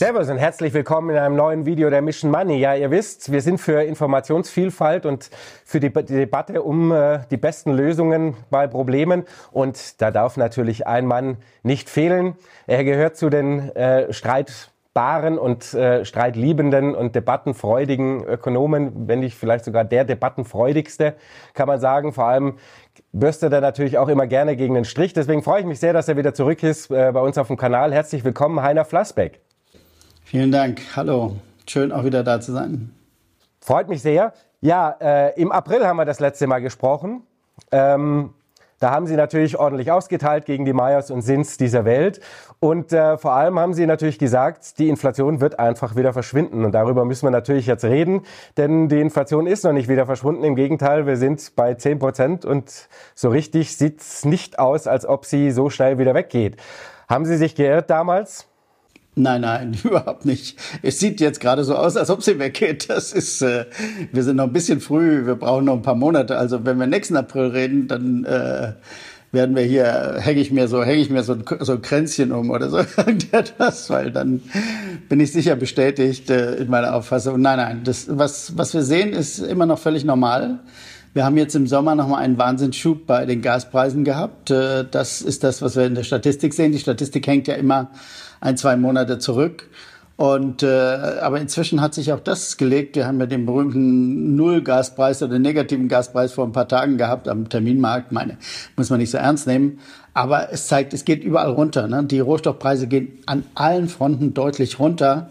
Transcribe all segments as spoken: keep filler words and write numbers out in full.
Servus und herzlich willkommen in einem neuen Video der Mission Money. Ja, ihr wisst, wir sind für Informationsvielfalt und für die, die Debatte um äh, die besten Lösungen bei Problemen. Und da darf natürlich ein Mann nicht fehlen. Er gehört zu den äh, streitbaren und äh, streitliebenden und debattenfreudigen Ökonomen, wenn nicht vielleicht sogar der debattenfreudigste, kann man sagen. Vor allem bürstet er natürlich auch immer gerne gegen den Strich. Deswegen freue ich mich sehr, dass er wieder zurück ist äh, bei uns auf dem Kanal. Herzlich willkommen, Heiner Flassbeck. Vielen Dank. Hallo. Schön, auch wieder da zu sein. Freut mich sehr. Ja, äh, im April haben wir das letzte Mal gesprochen. Ähm, da haben Sie natürlich ordentlich ausgeteilt gegen die Meyers und Sins dieser Welt. Und äh, vor allem haben Sie natürlich gesagt, die Inflation wird einfach wieder verschwinden. Und darüber müssen wir natürlich jetzt reden, denn die Inflation ist noch nicht wieder verschwunden. Im Gegenteil, wir sind bei zehn Prozent und so richtig sieht es nicht aus, als ob sie so schnell wieder weggeht. Haben Sie sich geirrt damals? Nein, nein, überhaupt nicht. Es sieht jetzt gerade so aus, als ob sie weggeht. Das ist, äh, wir sind noch ein bisschen früh, wir brauchen noch ein paar Monate. Also wenn wir nächsten April reden, dann äh, werden wir hier, hänge ich mir so, hänge ich mir so ein, so ein Kränzchen um oder so irgendetwas, weil dann bin ich sicher bestätigt äh, in meiner Auffassung. Nein, nein, das, was, was wir sehen, ist immer noch völlig normal. Wir haben jetzt im Sommer nochmal einen Wahnsinnsschub bei den Gaspreisen gehabt. Äh, das ist das, was wir in der Statistik sehen. Die Statistik hängt ja immer ein, zwei Monate zurück. Und äh, aber inzwischen hat sich auch das gelegt. Wir haben ja den berühmten Null-Gaspreis oder negativen Gaspreis vor ein paar Tagen gehabt am Terminmarkt. Meine, muss man nicht so ernst nehmen. Aber es zeigt, es geht überall runter. Ne? Die Rohstoffpreise gehen an allen Fronten deutlich runter.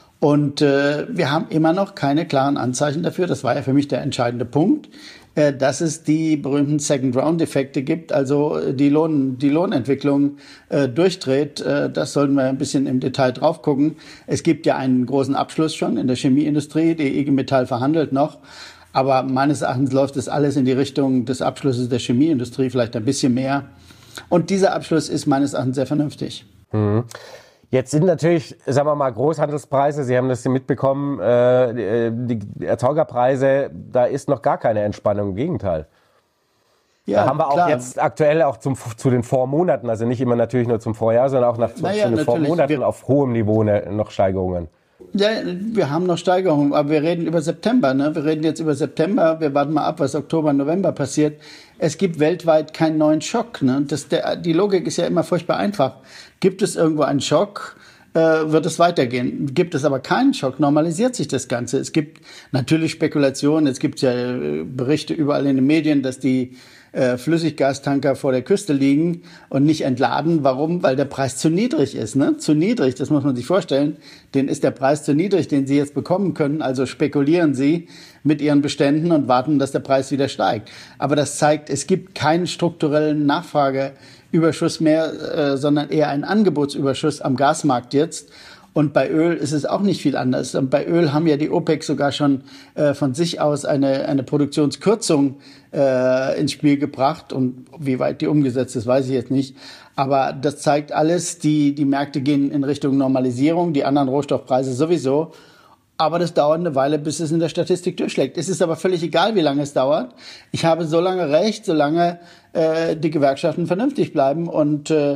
Und äh, wir haben immer noch keine klaren Anzeichen dafür. Das war ja für mich der entscheidende Punkt, äh, dass es die berühmten Second-Round-Effekte gibt, also die, Lohn, die Lohnentwicklung äh, durchdreht. Äh, das sollten wir ein bisschen im Detail drauf gucken. Es gibt ja einen großen Abschluss schon in der Chemieindustrie. Die I G Metall verhandelt noch. Aber meines Erachtens läuft das alles in die Richtung des Abschlusses der Chemieindustrie, vielleicht ein bisschen mehr. Und dieser Abschluss ist meines Erachtens sehr vernünftig. Mhm. Jetzt sind natürlich, sagen wir mal, Großhandelspreise, Sie haben das mitbekommen, äh, die Erzeugerpreise, da ist noch gar keine Entspannung, im Gegenteil. Ja, da haben wir auch klar. Jetzt aktuell auch zum, zu den Vormonaten, also nicht immer natürlich nur zum Vorjahr, sondern auch nach, zu, naja, zu den Vormonaten wir, auf hohem Niveau ne, noch Steigerungen. Ja, wir haben noch Steigerungen, aber wir reden über September. Ne? Wir reden jetzt über September, wir warten mal ab, was Oktober, November passiert. Es gibt weltweit keinen neuen Schock. Ne? Das, der, die Logik ist ja immer furchtbar einfach. Gibt es irgendwo einen Schock, äh, wird es weitergehen. Gibt es aber keinen Schock, normalisiert sich das Ganze. Es gibt natürlich Spekulationen, es gibt ja äh, Berichte überall in den Medien, dass die äh, Flüssiggastanker vor der Küste liegen und nicht entladen. Warum? Weil der Preis zu niedrig ist. Ne? Zu niedrig, das muss man sich vorstellen. Den ist der Preis zu niedrig, den Sie jetzt bekommen können. Also spekulieren Sie mit Ihren Beständen und warten, dass der Preis wieder steigt. Aber das zeigt, es gibt keinen strukturellen Nachfrageüberschuss mehr, äh, sondern eher einen Angebotsüberschuss am Gasmarkt jetzt. Und bei Öl ist es auch nicht viel anders. Und bei Öl haben ja die OPEC sogar schon äh, von sich aus eine, eine Produktionskürzung äh, ins Spiel gebracht. Und wie weit die umgesetzt ist, weiß ich jetzt nicht. Aber das zeigt alles, die, die Märkte gehen in Richtung Normalisierung, die anderen Rohstoffpreise sowieso. Aber das dauert eine Weile, bis es in der Statistik durchschlägt. Es ist aber völlig egal, wie lange es dauert. Ich habe so lange recht, solange äh, die Gewerkschaften vernünftig bleiben. Und äh,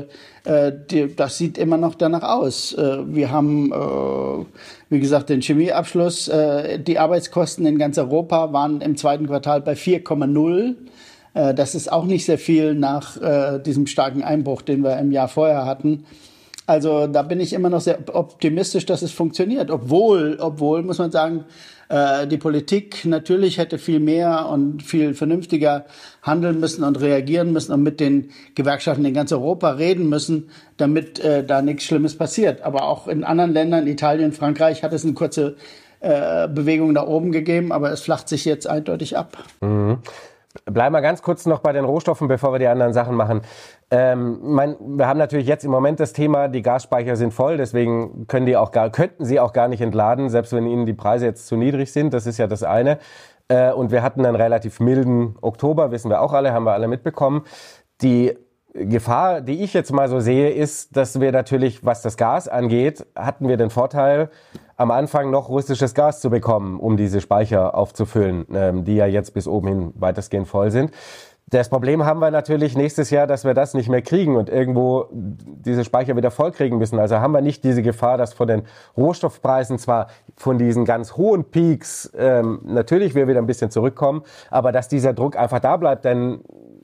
die, das sieht immer noch danach aus. Äh, wir haben, äh, wie gesagt, den Chemieabschluss. Äh, die Arbeitskosten in ganz Europa waren im zweiten Quartal bei vier Komma null. Äh, das ist auch nicht sehr viel nach äh, diesem starken Einbruch, den wir im Jahr vorher hatten. Also da bin ich immer noch sehr optimistisch, dass es funktioniert. Obwohl, obwohl muss man sagen, äh, die Politik natürlich hätte viel mehr und viel vernünftiger handeln müssen und reagieren müssen und mit den Gewerkschaften in ganz Europa reden müssen, damit äh, da nichts Schlimmes passiert. Aber auch in anderen Ländern, Italien, Frankreich, hat es eine kurze äh, Bewegung nach oben gegeben, aber es flacht sich jetzt eindeutig ab. Mhm. Bleiben wir ganz kurz noch bei den Rohstoffen, bevor wir die anderen Sachen machen. Ähm, mein, wir haben natürlich jetzt im Moment das Thema, die Gasspeicher sind voll, deswegen können die auch gar, könnten sie auch gar nicht entladen, selbst wenn ihnen die Preise jetzt zu niedrig sind. Das ist ja das eine. Äh, und wir hatten einen relativ milden Oktober, wissen wir auch alle, haben wir alle mitbekommen. Die Gefahr, die ich jetzt mal so sehe, ist, dass wir natürlich, was das Gas angeht, hatten wir den Vorteil, am Anfang noch russisches Gas zu bekommen, um diese Speicher aufzufüllen, ähm, die ja jetzt bis oben hin weitestgehend voll sind. Das Problem haben wir natürlich nächstes Jahr, dass wir das nicht mehr kriegen und irgendwo diese Speicher wieder vollkriegen müssen. Also haben wir nicht diese Gefahr, dass von den Rohstoffpreisen zwar von diesen ganz hohen Peaks ähm, natürlich wir wieder ein bisschen zurückkommen, aber dass dieser Druck einfach da bleibt, denn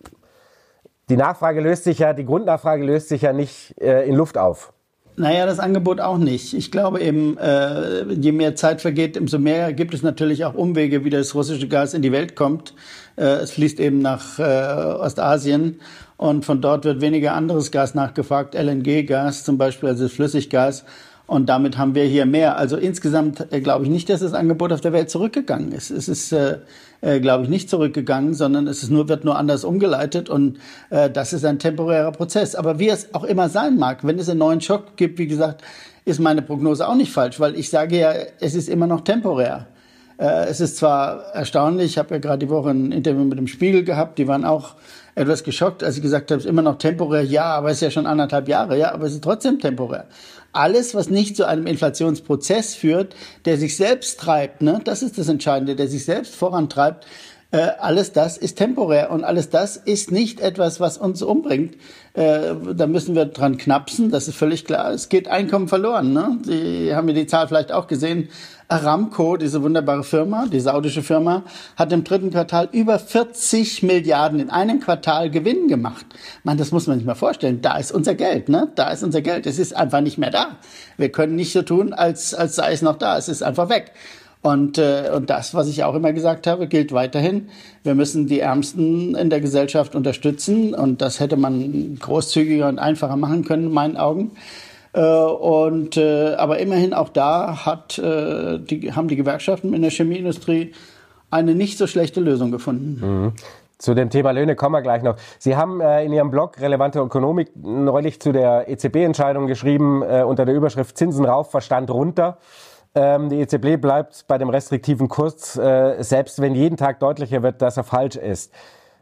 die Nachfrage löst sich ja, die Grundnachfrage löst sich ja nicht äh, in Luft auf. Naja, das Angebot auch nicht. Ich glaube eben, äh, je mehr Zeit vergeht, umso mehr gibt es natürlich auch Umwege, wie das russische Gas in die Welt kommt. Äh, es fließt eben nach äh, Ostasien und von dort wird weniger anderes Gas nachgefragt, L N G-Gas zum Beispiel, also Flüssiggas. Und damit haben wir hier mehr. Also insgesamt äh, glaube ich nicht, dass das Angebot auf der Welt zurückgegangen ist. Es ist, äh, äh, glaube ich, nicht zurückgegangen, sondern es ist nur, wird nur anders umgeleitet. Und äh, das ist ein temporärer Prozess. Aber wie es auch immer sein mag, wenn es einen neuen Schock gibt, wie gesagt, ist meine Prognose auch nicht falsch, weil ich sage ja, es ist immer noch temporär. Äh, es ist zwar erstaunlich, ich habe ja gerade die Woche ein Interview mit dem Spiegel gehabt, die waren auch etwas geschockt, als ich gesagt habe, es ist immer noch temporär. Ja, aber es ist ja schon anderthalb Jahre. Ja, aber es ist trotzdem temporär. Alles, was nicht zu einem Inflationsprozess führt, der sich selbst treibt, ne, das ist das Entscheidende, der sich selbst vorantreibt, äh, alles das ist temporär und alles das ist nicht etwas, was uns umbringt. Äh, da müssen wir dran knapsen, das ist völlig klar. Es geht Einkommen verloren. Ne? Sie haben ja die Zahl vielleicht auch gesehen. Aramco, diese wunderbare Firma, die saudische Firma, hat im dritten Quartal über vierzig Milliarden in einem Quartal Gewinn gemacht. Man, das muss man sich mal vorstellen. Da ist unser Geld, ne? Da ist unser Geld. Es ist einfach nicht mehr da. Wir können nicht so tun, als, als sei es noch da. Es ist einfach weg. Und, äh, und das, was ich auch immer gesagt habe, gilt weiterhin. Wir müssen die Ärmsten in der Gesellschaft unterstützen. Und das hätte man großzügiger und einfacher machen können, in meinen Augen. Äh, und, äh, aber immerhin auch da hat, äh, die, haben die Gewerkschaften in der Chemieindustrie eine nicht so schlechte Lösung gefunden. Mhm. Zu dem Thema Löhne kommen wir gleich noch. Sie haben äh, in Ihrem Blog Relevante Ökonomik neulich zu der E Z B-Entscheidung geschrieben, äh, unter der Überschrift Zinsen rauf, Verstand runter. Ähm, die E Z B bleibt bei dem restriktiven Kurs, äh, selbst wenn jeden Tag deutlicher wird, dass er falsch ist.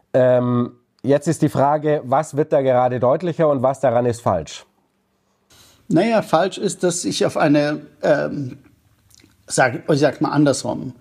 Ähm, jetzt ist die Frage, was wird da gerade deutlicher und was daran ist falsch? Naja, falsch ist, dass ich auf eine, ähm, sag, ich sag mal andersrum.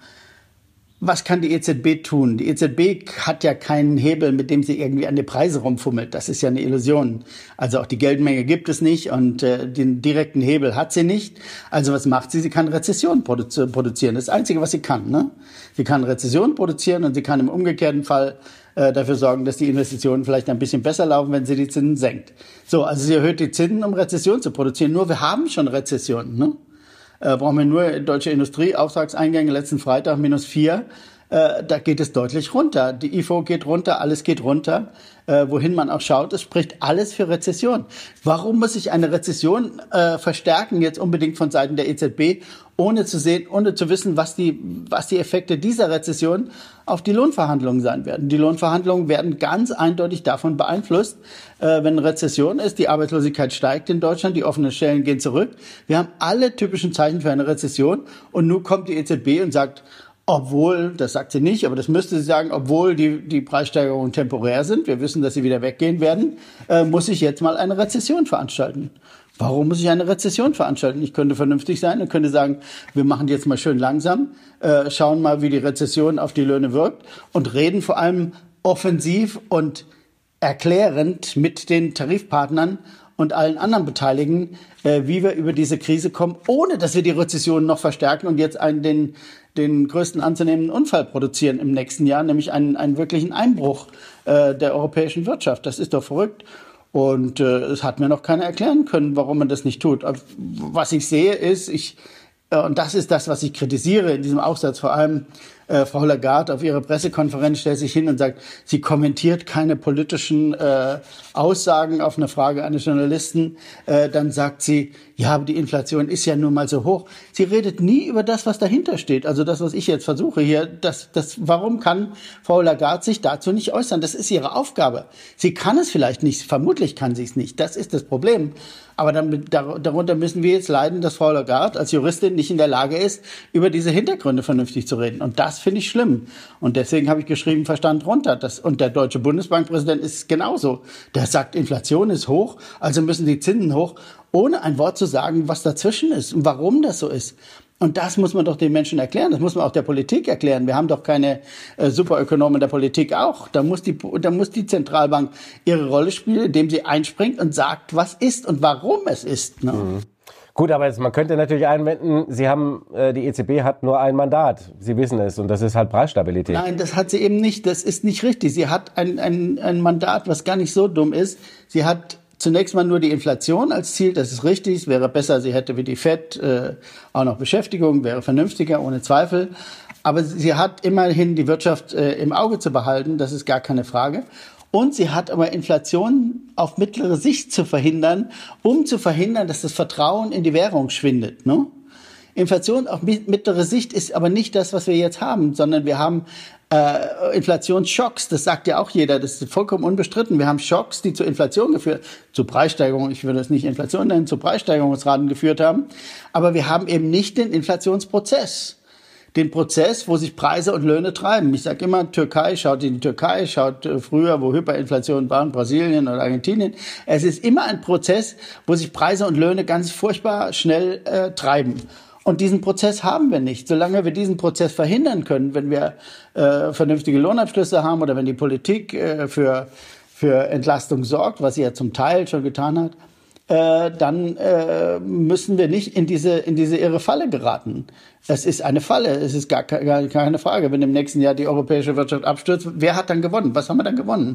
Was kann die E Z B tun? Die E Z B hat ja keinen Hebel, mit dem sie irgendwie an die Preise rumfummelt. Das ist ja eine Illusion. Also auch die Geldmenge gibt es nicht und äh, den direkten Hebel hat sie nicht. Also was macht sie? Sie kann Rezession produzi- produzieren. Das ist das Einzige, was sie kann. Ne? Sie kann Rezession produzieren und sie kann im umgekehrten Fall äh, dafür sorgen, dass die Investitionen vielleicht ein bisschen besser laufen, wenn sie die Zinsen senkt. So, also sie erhöht die Zinsen, um Rezession zu produzieren. Nur wir haben schon Rezession, ne? Äh, brauchen wir nur deutsche Industrie, Auftragseingänge letzten Freitag minus vier, äh, da geht es deutlich runter. Die I F O geht runter, alles geht runter. Äh, wohin man auch schaut, es spricht alles für Rezession. Warum muss sich eine Rezession äh, verstärken, jetzt unbedingt von Seiten der E Z B, ohne zu sehen, ohne zu wissen, was die, was die Effekte dieser Rezession auf die Lohnverhandlungen sein werden. Die Lohnverhandlungen werden ganz eindeutig davon beeinflusst, äh, wenn Rezession ist, die Arbeitslosigkeit steigt in Deutschland, die offenen Stellen gehen zurück. Wir haben alle typischen Zeichen für eine Rezession und nun kommt die E Z B und sagt, obwohl, das sagt sie nicht, aber das müsste sie sagen, obwohl die, die Preissteigerungen temporär sind, wir wissen, dass sie wieder weggehen werden, äh, muss ich jetzt mal eine Rezession veranstalten. Warum muss ich eine Rezession veranstalten? Ich könnte vernünftig sein und könnte sagen, wir machen jetzt mal schön langsam, äh, schauen mal, wie die Rezession auf die Löhne wirkt und reden vor allem offensiv und erklärend mit den Tarifpartnern und allen anderen Beteiligten, äh, wie wir über diese Krise kommen, ohne dass wir die Rezession noch verstärken und jetzt einen, den, den größten anzunehmenden Unfall produzieren im nächsten Jahr, nämlich einen, einen wirklichen Einbruch äh, der europäischen Wirtschaft. Das ist doch verrückt. Und äh, es hat mir noch keiner erklären können, warum man das nicht tut. Was ich sehe ist, ich äh, und das ist das, was ich kritisiere in diesem Aufsatz, vor allem äh, Frau Lagarde auf ihrer Pressekonferenz stellt sich hin und sagt, sie kommentiert keine politischen äh, Aussagen auf eine Frage eines Journalisten. Äh, dann sagt sie, ja, aber die Inflation ist ja nun mal so hoch. Sie redet nie über das, was dahinter steht. Also das, was ich jetzt versuche hier, das, das, warum kann Frau Lagarde sich dazu nicht äußern? Das ist ihre Aufgabe. Sie kann es vielleicht nicht, vermutlich kann sie es nicht. Das ist das Problem. Aber dann, darunter müssen wir jetzt leiden, dass Frau Lagarde als Juristin nicht in der Lage ist, über diese Hintergründe vernünftig zu reden. Und das finde ich schlimm. Und deswegen habe ich geschrieben, Verstand runter. Das, und der deutsche Bundesbankpräsident ist genauso. Der sagt, Inflation ist hoch, also müssen die Zinsen hoch, ohne ein Wort zu sagen, was dazwischen ist und warum das so ist. Und das muss man doch den Menschen erklären. Das muss man auch der Politik erklären. Wir haben doch keine äh, Superökonomen der Politik auch. Da muss die, da muss die Zentralbank ihre Rolle spielen, indem sie einspringt und sagt, was ist und warum es ist. Ne? Mhm. Gut, aber jetzt, man könnte natürlich einwenden, Sie haben, äh, die E Z B hat nur ein Mandat. Sie wissen es und das ist halt Preisstabilität. Nein, das hat sie eben nicht. Das ist nicht richtig. Sie hat ein, ein, ein Mandat, was gar nicht so dumm ist. Sie hat zunächst mal nur die Inflation als Ziel, das ist richtig. Es wäre besser, sie hätte wie die Fed äh, auch noch Beschäftigung, wäre vernünftiger, ohne Zweifel. Aber sie hat immerhin die Wirtschaft äh, im Auge zu behalten, das ist gar keine Frage. Und sie hat aber Inflation auf mittlere Sicht zu verhindern, um zu verhindern, dass das Vertrauen in die Währung schwindet. Ne? Inflation auf mittlere Sicht ist aber nicht das, was wir jetzt haben, sondern wir haben Äh, Inflationsschocks, das sagt ja auch jeder, das ist vollkommen unbestritten. Wir haben Schocks, die zur Inflation geführt, zu Preissteigerungen, ich würde es nicht Inflation nennen, zu Preissteigerungsraten geführt haben. Aber wir haben eben nicht den Inflationsprozess. Den Prozess, wo sich Preise und Löhne treiben. Ich sage immer, Türkei, schaut in die Türkei, schaut äh, früher, wo Hyperinflation waren, Brasilien oder Argentinien. Es ist immer ein Prozess, wo sich Preise und Löhne ganz furchtbar schnell äh, treiben. Und diesen Prozess haben wir nicht. Solange wir diesen Prozess verhindern können, wenn wir äh, vernünftige Lohnabschlüsse haben oder wenn die Politik äh, für, für Entlastung sorgt, was sie ja zum Teil schon getan hat, äh, dann äh, müssen wir nicht in diese, in diese irre Falle geraten. Es ist eine Falle, es ist gar, gar keine Frage. Wenn im nächsten Jahr die europäische Wirtschaft abstürzt, wer hat dann gewonnen? Was haben wir dann gewonnen?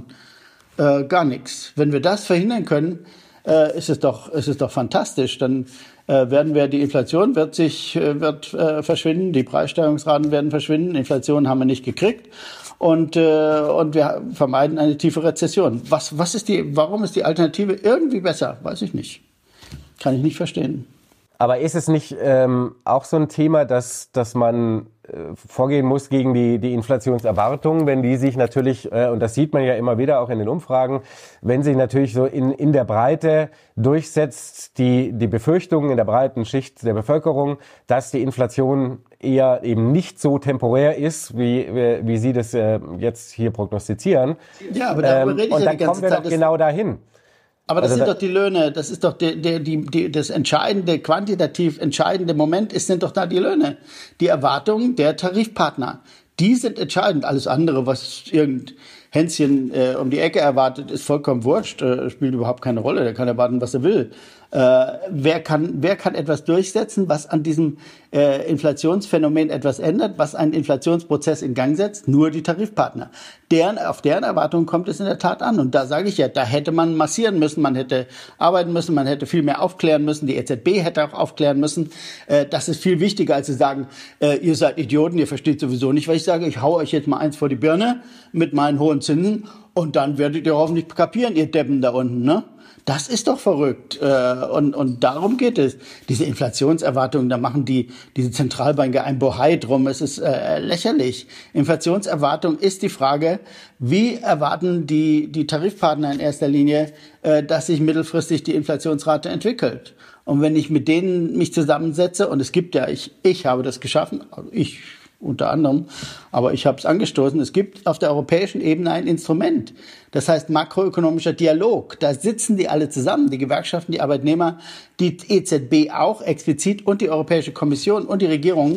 Äh, gar nichts. Wenn wir das verhindern können, äh, ist es doch, ist es doch fantastisch. Dann äh, werden wir, die Inflation wird sich, äh, wird äh, verschwinden, die Preissteigerungsraten werden verschwinden, Inflation haben wir nicht gekriegt und, äh, und wir vermeiden eine tiefe Rezession. Was, was ist die, warum ist die Alternative irgendwie besser? Weiß ich nicht. Kann ich nicht verstehen. Aber ist es nicht ähm, auch so ein Thema, dass, dass man äh, vorgehen muss gegen die, die Inflationserwartungen, wenn die sich natürlich, äh, und das sieht man ja immer wieder auch in den Umfragen, wenn sich natürlich so in, in der Breite durchsetzt, die, die Befürchtungen in der breiten Schicht der Bevölkerung, dass die Inflation eher eben nicht so temporär ist, wie, wie, wie Sie das äh, jetzt hier prognostizieren. Ja, aber darüber ähm, rede ich und ja dann die ganze kommen wir Zeit. doch genau dahin. Aber das Also sind da, doch die Löhne, das ist doch der, der, die, die, das entscheidende, quantitativ entscheidende Moment ist, sind doch da die Löhne. Die Erwartungen der Tarifpartner, die sind entscheidend. Alles andere, was irgend Hänschen äh, um die Ecke erwartet, ist vollkommen wurscht, äh, spielt überhaupt keine Rolle, der kann erwarten, was er will. Äh, wer kann, wer kann etwas durchsetzen, was an diesem äh, Inflationsphänomen etwas ändert, was einen Inflationsprozess in Gang setzt? Nur die Tarifpartner. Deren, auf deren Erwartungen kommt es in der Tat an. Und da sage ich ja, da hätte man massieren müssen, man hätte arbeiten müssen, man hätte viel mehr aufklären müssen, die E Z B hätte auch aufklären müssen. Äh, das ist viel wichtiger, als zu sagen, äh, ihr seid Idioten, ihr versteht sowieso nicht, was ich sage. Ich hau euch jetzt mal eins vor die Birne mit meinen hohen Zinsen und dann werdet ihr hoffentlich kapieren, ihr Deppen da unten, ne? Das ist doch verrückt. Und, und darum geht es. Diese Inflationserwartungen, da machen die, diese Zentralbanker ein Bohai drum. Es ist äh, lächerlich. Inflationserwartung ist die Frage, wie erwarten die, die Tarifpartner in erster Linie, äh, dass sich mittelfristig die Inflationsrate entwickelt. Und wenn ich mit denen mich zusammensetze, und es gibt ja, ich, ich habe das geschaffen, ich unter anderem, aber ich habe es angestoßen, es gibt auf der europäischen Ebene ein Instrument, das heißt makroökonomischer Dialog. Da sitzen die alle zusammen, die Gewerkschaften, die Arbeitnehmer, die E Z B auch explizit und die Europäische Kommission und die Regierungen.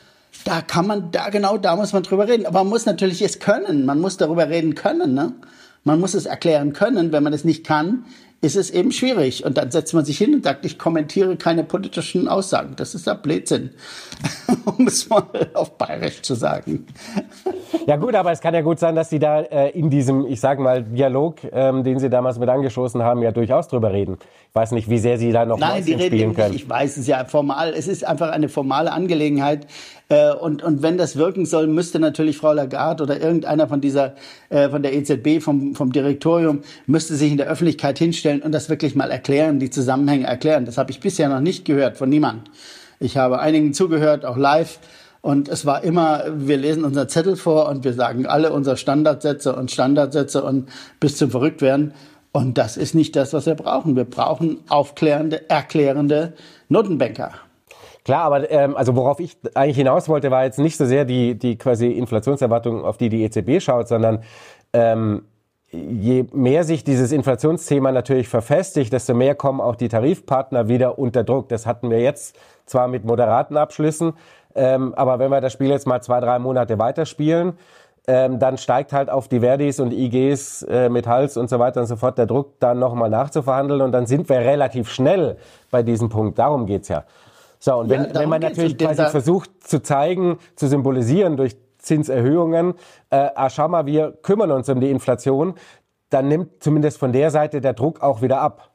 Da kann man, da genau, da muss man drüber reden. Aber man muss natürlich es können, man muss darüber reden können, ne? Man muss es erklären können. Wenn man es nicht kann, ist es eben schwierig. Und dann setzt man sich hin und sagt, ich kommentiere keine politischen Aussagen. Das ist ja Blödsinn, um es mal auf Bayerisch zu sagen. Ja gut, aber es kann ja gut sein, dass Sie da äh, in diesem, ich sage mal, Dialog, ähm, den Sie damals mit angestoßen haben, ja durchaus drüber reden. Ich weiß nicht, wie sehr Sie da noch Nein, die reden spielen können. Nicht. Ich weiß es ja formal. Es ist einfach eine formale Angelegenheit. Äh, und, und wenn das wirken soll, müsste natürlich Frau Lagarde oder irgendeiner von dieser, äh, von der E Z B, vom, vom Direktorium, müsste sich in der Öffentlichkeit hinstellen und das wirklich mal erklären, die Zusammenhänge erklären. Das habe ich bisher noch nicht gehört von niemandem. Ich habe einigen zugehört, auch live. Und es war immer, wir lesen unseren Zettel vor und wir sagen alle unsere Standardsätze und Standardsätze und bis zum Verrücktwerden. Und das ist nicht das, was wir brauchen. Wir brauchen aufklärende, erklärende Notenbanker. Klar, aber ähm, also worauf ich eigentlich hinaus wollte, war jetzt nicht so sehr die die quasi Inflationserwartung, auf die die E Z B schaut, sondern ähm, je mehr sich dieses Inflationsthema natürlich verfestigt, desto mehr kommen auch die Tarifpartner wieder unter Druck. Das hatten wir jetzt zwar mit moderaten Abschlüssen, ähm, aber wenn wir das Spiel jetzt mal zwei, drei Monate weiterspielen, ähm, dann steigt halt auf die Verdis und I Gs, äh, Metalls und so weiter und so fort der Druck, dann nochmal nachzuverhandeln und dann sind wir relativ schnell bei diesem Punkt. Darum geht's ja. So, und wenn, ja, wenn man natürlich quasi versucht zu zeigen, zu symbolisieren durch Zinserhöhungen, äh, ah, schau mal, wir kümmern uns um die Inflation, dann nimmt zumindest von der Seite der Druck auch wieder ab.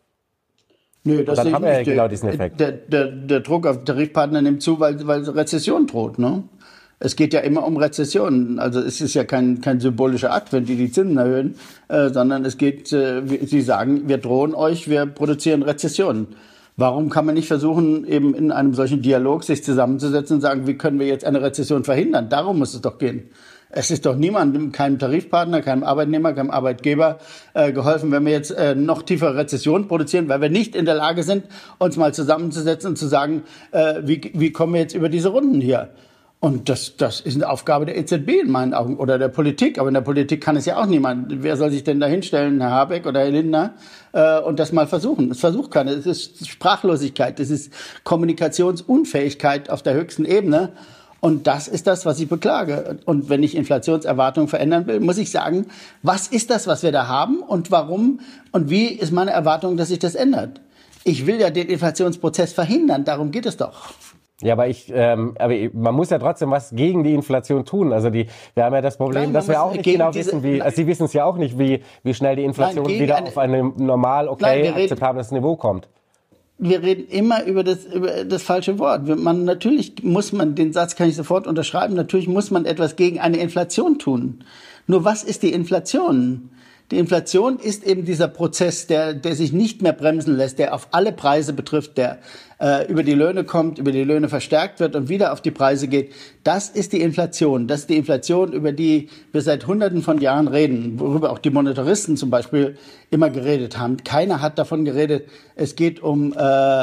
Nö, das dann haben wir ja der, genau diesen Effekt. Der, der, der Druck auf die Tarifpartner nimmt zu, weil, weil Rezession droht, ne? Es geht ja immer um Rezession. Also es ist ja kein, kein symbolischer Akt, wenn die die Zinsen erhöhen, äh, sondern es geht, äh, sie sagen, wir drohen euch, wir produzieren Rezessionen. Warum kann man nicht versuchen, eben in einem solchen Dialog sich zusammenzusetzen und sagen, wie können wir jetzt eine Rezession verhindern? Darum muss es doch gehen. Es ist doch niemandem, keinem Tarifpartner, keinem Arbeitnehmer, keinem Arbeitgeber äh, geholfen, wenn wir jetzt äh, noch tiefere Rezession produzieren, weil wir nicht in der Lage sind, uns mal zusammenzusetzen und zu sagen, äh, wie, wie kommen wir jetzt über diese Runden hier? Und das, das ist eine Aufgabe der E Z B in meinen Augen oder der Politik. Aber in der Politik kann es ja auch niemand. Wer soll sich denn da hinstellen, Herr Habeck oder Herr Lindner, äh, und das mal versuchen? Es versucht keiner. Es ist Sprachlosigkeit, es ist Kommunikationsunfähigkeit auf der höchsten Ebene. Und das ist das, was ich beklage. Und wenn ich Inflationserwartungen verändern will, muss ich sagen, was ist das, was wir da haben und warum und wie ist meine Erwartung, dass sich das ändert? Ich will ja den Inflationsprozess verhindern, darum geht es doch. Ja, aber ich, ähm, aber man muss ja trotzdem was gegen die Inflation tun. Also die, wir haben ja das Problem, nein, dass wir auch nicht genau diese, wissen, wie, also Sie wissen es ja auch nicht, wie, wie schnell die Inflation nein, wieder eine, auf ein normal, okay, nein, akzeptables Niveau kommt. Wir reden immer über das, über das falsche Wort. Man, natürlich muss man, den Satz kann ich sofort unterschreiben, natürlich muss man etwas gegen eine Inflation tun. Nur was ist die Inflation? Die Inflation ist eben dieser Prozess, der, der sich nicht mehr bremsen lässt, der auf alle Preise betrifft, der äh, über die Löhne kommt, über die Löhne verstärkt wird und wieder auf die Preise geht. Das ist die Inflation. Das ist die Inflation, über die wir seit Hunderten von Jahren reden, worüber auch die Monetaristen zum Beispiel immer geredet haben. Keiner hat davon geredet, es geht um äh,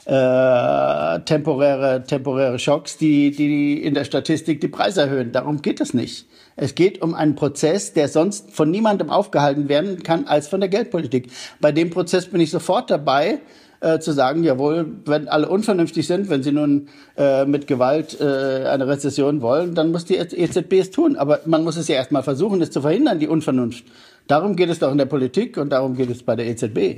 äh, temporäre, temporäre Schocks, die, die in der Statistik die Preise erhöhen. Darum geht es nicht. Es geht um einen Prozess, der sonst von niemandem aufgehalten werden kann als von der Geldpolitik. Bei dem Prozess bin ich sofort dabei, äh, zu sagen, jawohl, wenn alle unvernünftig sind, wenn sie nun äh, mit Gewalt äh, eine Rezession wollen, dann muss die E Z B es tun. Aber man muss es ja erstmal versuchen, es zu verhindern, die Unvernunft. Darum geht es doch in der Politik und darum geht es bei der E Z B.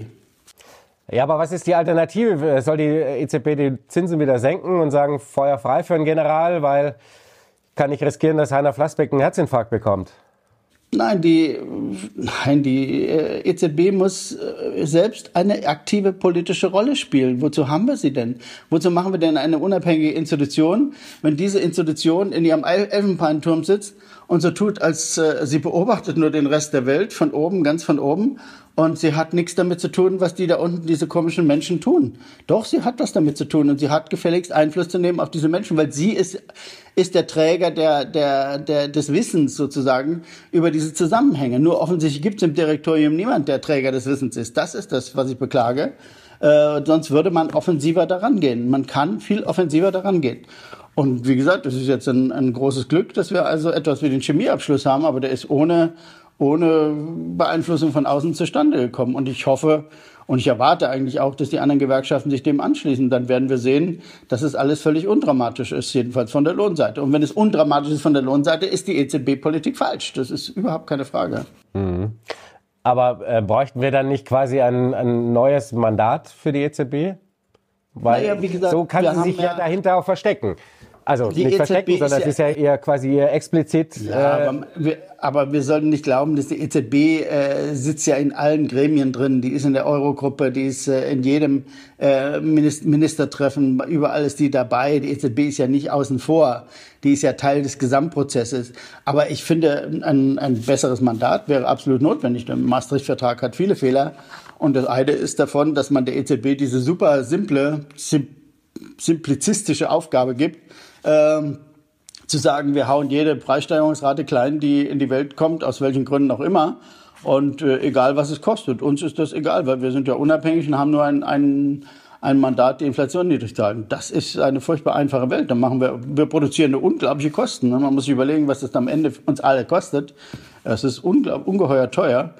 Ja, aber was ist die Alternative? Soll die E Z B die Zinsen wieder senken und sagen, Feuer frei für einen General, weil kann ich riskieren, dass Heiner Flassbeck einen Herzinfarkt bekommt? Nein, die, nein, die E Z B muss selbst eine aktive politische Rolle spielen. Wozu haben wir sie denn? Wozu machen wir denn eine unabhängige Institution, wenn diese Institution in ihrem Elfenbeinturm sitzt und so tut, als äh, sie beobachtet nur den Rest der Welt von oben, ganz von oben, und sie hat nichts damit zu tun, was die da unten, diese komischen Menschen tun. Doch, sie hat was damit zu tun und sie hat gefälligst Einfluss zu nehmen auf diese Menschen, weil sie ist, ist der Träger der, der, der, des Wissens sozusagen über diese Zusammenhänge. Nur offensichtlich gibt es im Direktorium niemand, der Träger des Wissens ist. Das ist das, was ich beklage. Äh, sonst würde man offensiver daran gehen. Man kann viel offensiver daran gehen. Und wie gesagt, es ist jetzt ein, ein großes Glück, dass wir also etwas wie den Chemieabschluss haben, aber der ist ohne ohne Beeinflussung von außen zustande gekommen. Und ich hoffe und ich erwarte eigentlich auch, dass die anderen Gewerkschaften sich dem anschließen. Dann werden wir sehen, dass es alles völlig undramatisch ist, jedenfalls von der Lohnseite. Und wenn es undramatisch ist von der Lohnseite, ist die E Z B-Politik falsch. Das ist überhaupt keine Frage. Mhm. Aber äh, bräuchten wir dann nicht quasi ein, ein neues Mandat für die E Z B? Weil naja, wie gesagt, so kann sie sich ja, ja dahinter auch verstecken. Also nicht E Z B verstecken, sondern es ist ja eher quasi eher explizit. Ja, äh, aber, wir, aber wir sollten nicht glauben, dass die E Z B äh, sitzt ja in allen Gremien drin. Die ist in der Eurogruppe, die ist äh, in jedem äh, Minister, Ministertreffen, überall ist die dabei. Die E Z B ist ja nicht außen vor. Die ist ja Teil des Gesamtprozesses. Aber ich finde, ein, ein besseres Mandat wäre absolut notwendig. Der Maastricht-Vertrag hat viele Fehler. Und das eine ist davon, dass man der E Z B diese super simple, sim, simplizistische Aufgabe gibt, Ähm, zu sagen, wir hauen jede Preissteigerungsrate klein, die in die Welt kommt, aus welchen Gründen auch immer. Und äh, egal, was es kostet. Uns ist das egal, weil wir sind ja unabhängig und haben nur ein, ein, ein Mandat, die Inflation niedrig zu halten. Das ist eine furchtbar einfache Welt. Dann machen wir, wir produzieren eine unglaubliche Kosten. Man muss sich überlegen, was das am Ende uns alle kostet. Es ist unglaublich, ungeheuer teuer.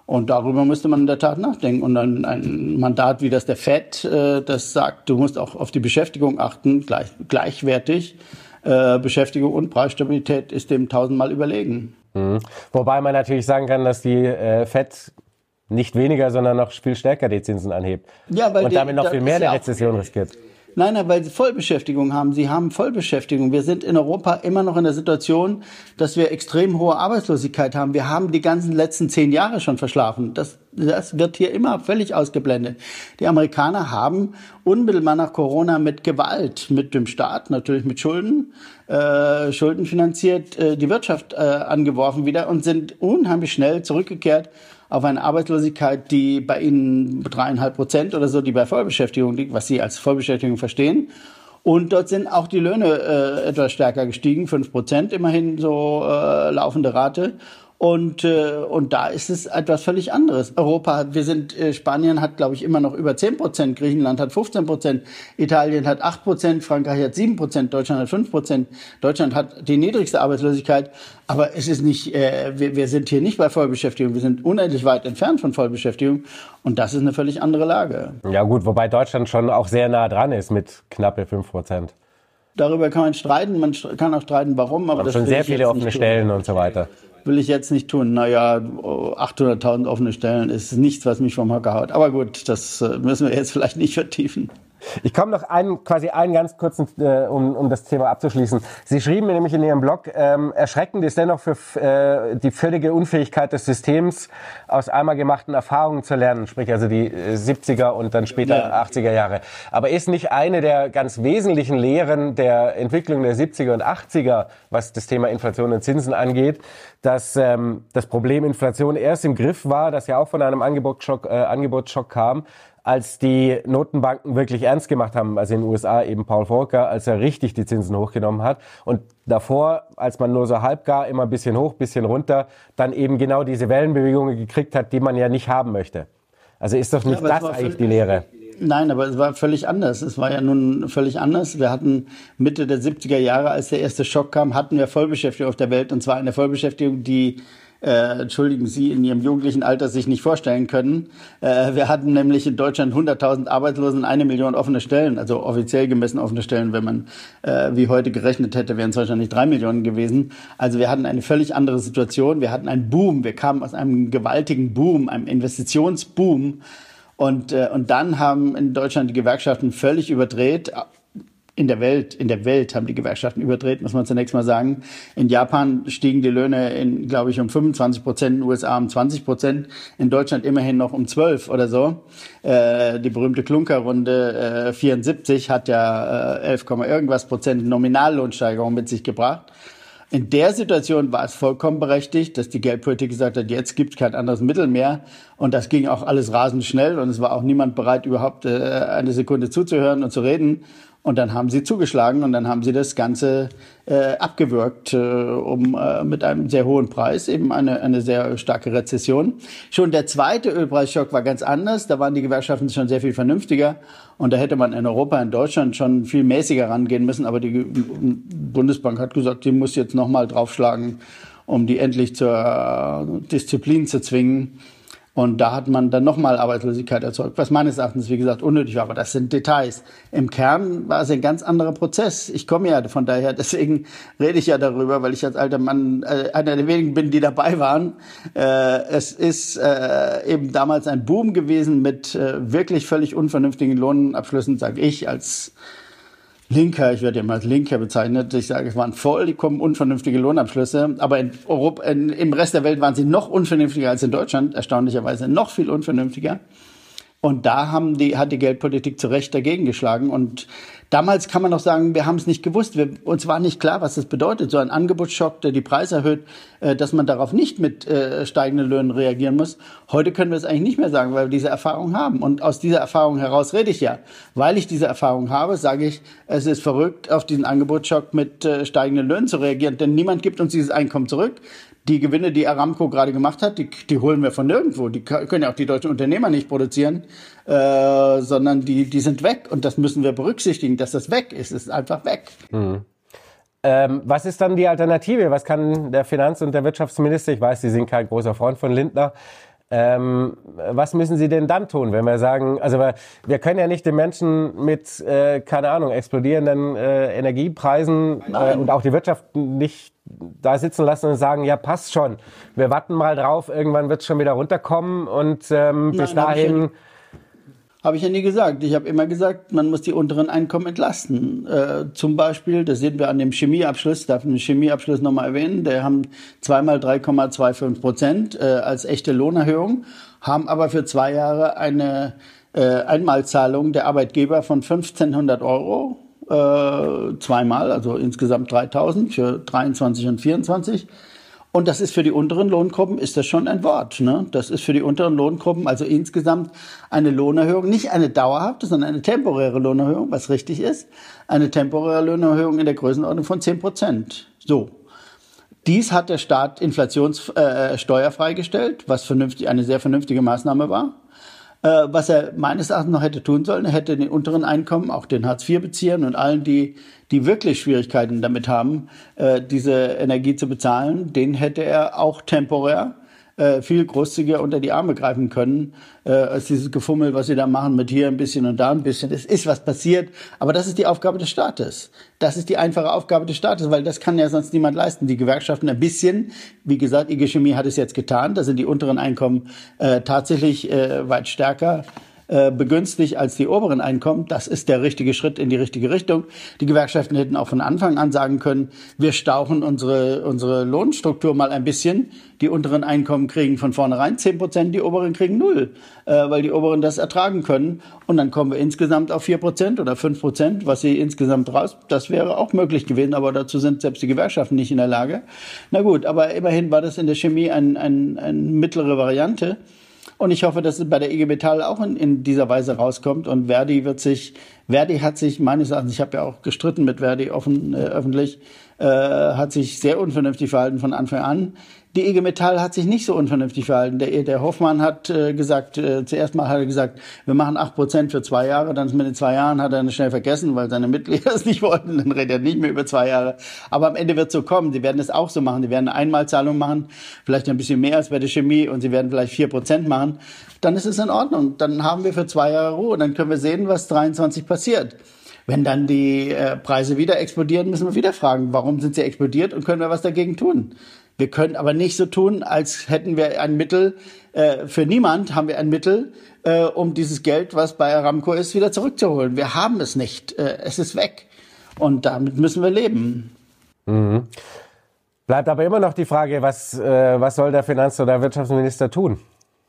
Und darüber müsste man in der Tat nachdenken. Und dann ein Mandat wie das der Fed, äh, das sagt, du musst auch auf die Beschäftigung achten, gleich, gleichwertig. Äh, Beschäftigung und Preisstabilität ist dem tausendmal überlegen. Mhm. Wobei man natürlich sagen kann, dass die äh, Fed nicht weniger, sondern noch viel stärker die Zinsen anhebt. Ja, weil und die, damit noch viel mehr eine ja Rezession riskiert. Nein, nein, weil sie Vollbeschäftigung haben. Sie haben Vollbeschäftigung. Wir sind in Europa immer noch in der Situation, dass wir extrem hohe Arbeitslosigkeit haben. Wir haben die ganzen letzten zehn Jahre schon verschlafen. Das, das wird hier immer völlig ausgeblendet. Die Amerikaner haben unmittelbar nach Corona mit Gewalt, mit dem Staat, natürlich mit Schulden, äh, Schulden finanziert, äh, die Wirtschaft äh, angeworfen wieder und sind unheimlich schnell zurückgekehrt auf eine Arbeitslosigkeit, die bei Ihnen dreieinhalb Prozent oder so, die bei Vollbeschäftigung liegt, was Sie als Vollbeschäftigung verstehen. Und dort sind auch die Löhne äh, etwas stärker gestiegen, fünf Prozent immerhin so äh, laufende Rate. Und äh, und da ist es etwas völlig anderes. Europa, wir sind äh, Spanien hat, glaube ich, immer noch über zehn Prozent, Griechenland hat fünfzehn Prozent, Italien hat acht Prozent, Frankreich hat sieben Prozent, Deutschland hat fünf Prozent. Deutschland hat die niedrigste Arbeitslosigkeit, aber es ist nicht, äh, wir, wir sind hier nicht bei Vollbeschäftigung, wir sind unendlich weit entfernt von Vollbeschäftigung und das ist eine völlig andere Lage. Ja gut, wobei Deutschland schon auch sehr nah dran ist mit knappe fünf Prozent. Darüber kann man streiten, man kann auch streiten, warum, aber das schon sehr viele offene Stellen und so weiter. Will ich jetzt nicht tun. Naja, achthunderttausend offene Stellen ist nichts, was mich vom Hocker haut. Aber gut, das müssen wir jetzt vielleicht nicht vertiefen. Ich komme noch einen, quasi einen ganz kurzen, äh, um, um das Thema abzuschließen. Sie schrieben mir nämlich in Ihrem Blog, ähm, erschreckend ist dennoch für äh, die völlige Unfähigkeit des Systems, aus einmal gemachten Erfahrungen zu lernen, sprich also die äh, siebziger und dann später ja. achtziger Jahre. Aber ist nicht eine der ganz wesentlichen Lehren der Entwicklung der siebziger und achtziger, was das Thema Inflation und Zinsen angeht, dass ähm, das Problem Inflation erst im Griff war, das ja auch von einem Angebotsschock, äh, Angebotsschock kam, als die Notenbanken wirklich ernst gemacht haben, also in den U S A eben Paul Volcker, als er richtig die Zinsen hochgenommen hat. Und davor, als man nur so halbgar immer ein bisschen hoch, bisschen runter, dann eben genau diese Wellenbewegungen gekriegt hat, die man ja nicht haben möchte. Also ist doch nicht ja, das eigentlich die Lehre? Nein, aber es war völlig anders. Es war ja nun völlig anders. Wir hatten Mitte der siebziger Jahre, als der erste Schock kam, hatten wir Vollbeschäftigung auf der Welt. Und zwar eine Vollbeschäftigung, die Äh, entschuldigen Sie, in Ihrem jugendlichen Alter sich nicht vorstellen können. Äh, wir hatten nämlich in Deutschland hunderttausend Arbeitslose und eine Million offene Stellen, also offiziell gemessen offene Stellen. Wenn man äh, wie heute gerechnet hätte, wären es wahrscheinlich drei Millionen gewesen. Also wir hatten eine völlig andere Situation. Wir hatten einen Boom. Wir kamen aus einem gewaltigen Boom, einem Investitionsboom. Und, äh, und dann haben in Deutschland die Gewerkschaften völlig überdreht. In der Welt, in der Welt haben die Gewerkschaften überdreht, muss man zunächst mal sagen. In Japan stiegen die Löhne, in, glaube ich, um fünfundzwanzig Prozent, in den U S A um zwanzig Prozent, in Deutschland immerhin noch um zwölf oder so. Äh, die berühmte Klunker-Runde äh, vierundsiebzig hat ja äh, elf, irgendwas Prozent Nominallohnsteigerung mit sich gebracht. In der Situation war es vollkommen berechtigt, dass die Geldpolitik gesagt hat, jetzt gibt es kein anderes Mittel mehr. Und das ging auch alles rasend schnell und es war auch niemand bereit, überhaupt äh, eine Sekunde zuzuhören und zu reden. Und dann haben sie zugeschlagen und dann haben sie das Ganze äh, abgewürgt, äh, um äh, mit einem sehr hohen Preis, eben eine, eine sehr starke Rezession. Schon der zweite Ölpreisschock war ganz anders. Da waren die Gewerkschaften schon sehr viel vernünftiger. Und da hätte man in Europa, in Deutschland schon viel mäßiger rangehen müssen. Aber die Bundesbank hat gesagt, die muss jetzt nochmal draufschlagen, um die endlich zur Disziplin zu zwingen. Und da hat man dann nochmal Arbeitslosigkeit erzeugt, was meines Erachtens, wie gesagt, unnötig war. Aber das sind Details. Im Kern war es ein ganz anderer Prozess. Ich komme ja von daher, deswegen rede ich ja darüber, weil ich als alter Mann äh, einer der wenigen bin, die dabei waren. Äh, es ist äh, eben damals ein Boom gewesen mit äh, wirklich völlig unvernünftigen Lohnabschlüssen, sage ich als Linker, ich werde ja mal als Linker bezeichnet. Ich sage, es waren vollkommen unvernünftige Lohnabschlüsse. Aber in Europa, in, im Rest der Welt waren sie noch unvernünftiger als in Deutschland. Erstaunlicherweise noch viel unvernünftiger. Und da haben die, hat die Geldpolitik zu Recht dagegen geschlagen. Und damals kann man noch sagen, wir haben es nicht gewusst. Wir, uns war nicht klar, was das bedeutet. So ein Angebotsschock, der die Preise erhöht, äh, dass man darauf nicht mit äh, steigenden Löhnen reagieren muss. Heute können wir es eigentlich nicht mehr sagen, weil wir diese Erfahrung haben. Und aus dieser Erfahrung heraus rede ich ja. Weil ich diese Erfahrung habe, sage ich, es ist verrückt, auf diesen Angebotsschock mit äh, steigenden Löhnen zu reagieren. Denn niemand gibt uns dieses Einkommen zurück. Die Gewinne, die Aramco gerade gemacht hat, die, die holen wir von nirgendwo. Die können ja auch die deutschen Unternehmer nicht produzieren, äh, sondern die, die sind weg. Und das müssen wir berücksichtigen, dass das weg ist. Es ist einfach weg. Mhm. Ähm, was ist dann die Alternative? Was kann der Finanz- und der Wirtschaftsminister, ich weiß, Sie sind kein großer Freund von Lindner, Ähm, was müssen Sie denn dann tun, wenn wir sagen, also wir, wir können ja nicht den Menschen mit, äh, keine Ahnung, explodierenden äh, Energiepreisen äh, und auch die Wirtschaft nicht da sitzen lassen und sagen, ja, passt schon, wir warten mal drauf, irgendwann wird es schon wieder runterkommen und ähm, bis Nein, dahin... Habe ich ja nie gesagt. Ich habe immer gesagt, man muss die unteren Einkommen entlasten. Äh, zum Beispiel, das sehen wir an dem Chemieabschluss, ich darf den Chemieabschluss nochmal erwähnen, der haben zweimal drei Komma fünfundzwanzig Prozent äh, als echte Lohnerhöhung, haben aber für zwei Jahre eine äh, Einmalzahlung der Arbeitgeber von fünfzehnhundert Euro, äh, zweimal, also insgesamt dreitausend für dreiundzwanzig und vierundzwanzig. Und das ist für die unteren Lohngruppen, ist das schon ein Wort. Ne? Das ist für die unteren Lohngruppen also insgesamt eine Lohnerhöhung, nicht eine dauerhafte, sondern eine temporäre Lohnerhöhung, was richtig ist. Eine temporäre Lohnerhöhung in der Größenordnung von zehn Prozent. So. Dies hat der Staat inflationssteuerfrei äh, gestellt, was vernünftig, eine sehr vernünftige Maßnahme war. Äh, was er meines Erachtens noch hätte tun sollen, er hätte den unteren Einkommen, auch den Hartz vier Beziehern und allen, die, die wirklich Schwierigkeiten damit haben, äh, diese Energie zu bezahlen, den hätte er auch temporär äh, viel großzügiger unter die Arme greifen können, äh, als dieses Gefummel, was sie da machen mit hier ein bisschen und da ein bisschen. Es ist was passiert, aber das ist die Aufgabe des Staates. Das ist die einfache Aufgabe des Staates, weil das kann ja sonst niemand leisten. Die Gewerkschaften ein bisschen, wie gesagt, I G Chemie hat es jetzt getan, da sind die unteren Einkommen äh, tatsächlich äh, weit stärker äh, begünstigt als die oberen Einkommen. Das ist der richtige Schritt in die richtige Richtung. Die Gewerkschaften hätten auch von Anfang an sagen können, wir stauchen unsere, unsere Lohnstruktur mal ein bisschen. Die unteren Einkommen kriegen von vornherein zehn Prozent, die oberen kriegen null, äh, weil die oberen das ertragen können. Und dann kommen wir insgesamt auf vier Prozent oder fünf Prozent, was sie insgesamt raus, das wäre auch möglich gewesen, aber dazu sind selbst die Gewerkschaften nicht in der Lage. Na gut, aber immerhin war das in der Chemie eine ein, ein mittlere Variante. Und ich hoffe, dass es bei der I G Metall auch in, in dieser Weise rauskommt. Und Verdi wird sich, Verdi hat sich meines Erachtens, ich habe ja auch gestritten mit Verdi offen, äh, öffentlich, äh, hat sich sehr unvernünftig verhalten von Anfang an. Die I G Metall hat sich nicht so unvernünftig verhalten. Der, der Hoffmann hat äh, gesagt, äh, zuerst mal hat er gesagt, wir machen acht Prozent für zwei Jahre. Dann mit den zwei Jahren hat er dann schnell vergessen, weil seine Mitglieder es nicht wollten. Dann redet er nicht mehr über zwei Jahre. Aber am Ende wird es so kommen. Sie werden es auch so machen. Sie werden eine Einmalzahlung machen, vielleicht ein bisschen mehr als bei der Chemie. Und sie werden vielleicht vier Prozent machen. Dann ist es in Ordnung. Dann haben wir für zwei Jahre Ruhe. Dann können wir sehen, was dreiundzwanzig passiert. Wenn dann die äh, Preise wieder explodieren, müssen wir wieder fragen, warum sind sie explodiert und können wir was dagegen tun? Wir können aber nicht so tun, als hätten wir ein Mittel, äh, für niemand haben wir ein Mittel, äh, um dieses Geld, was bei Aramco ist, wieder zurückzuholen. Wir haben es nicht. Äh, es ist weg. Und damit müssen wir leben. Mhm. Bleibt aber immer noch die Frage, was, äh, was soll der Finanz- oder Wirtschaftsminister tun?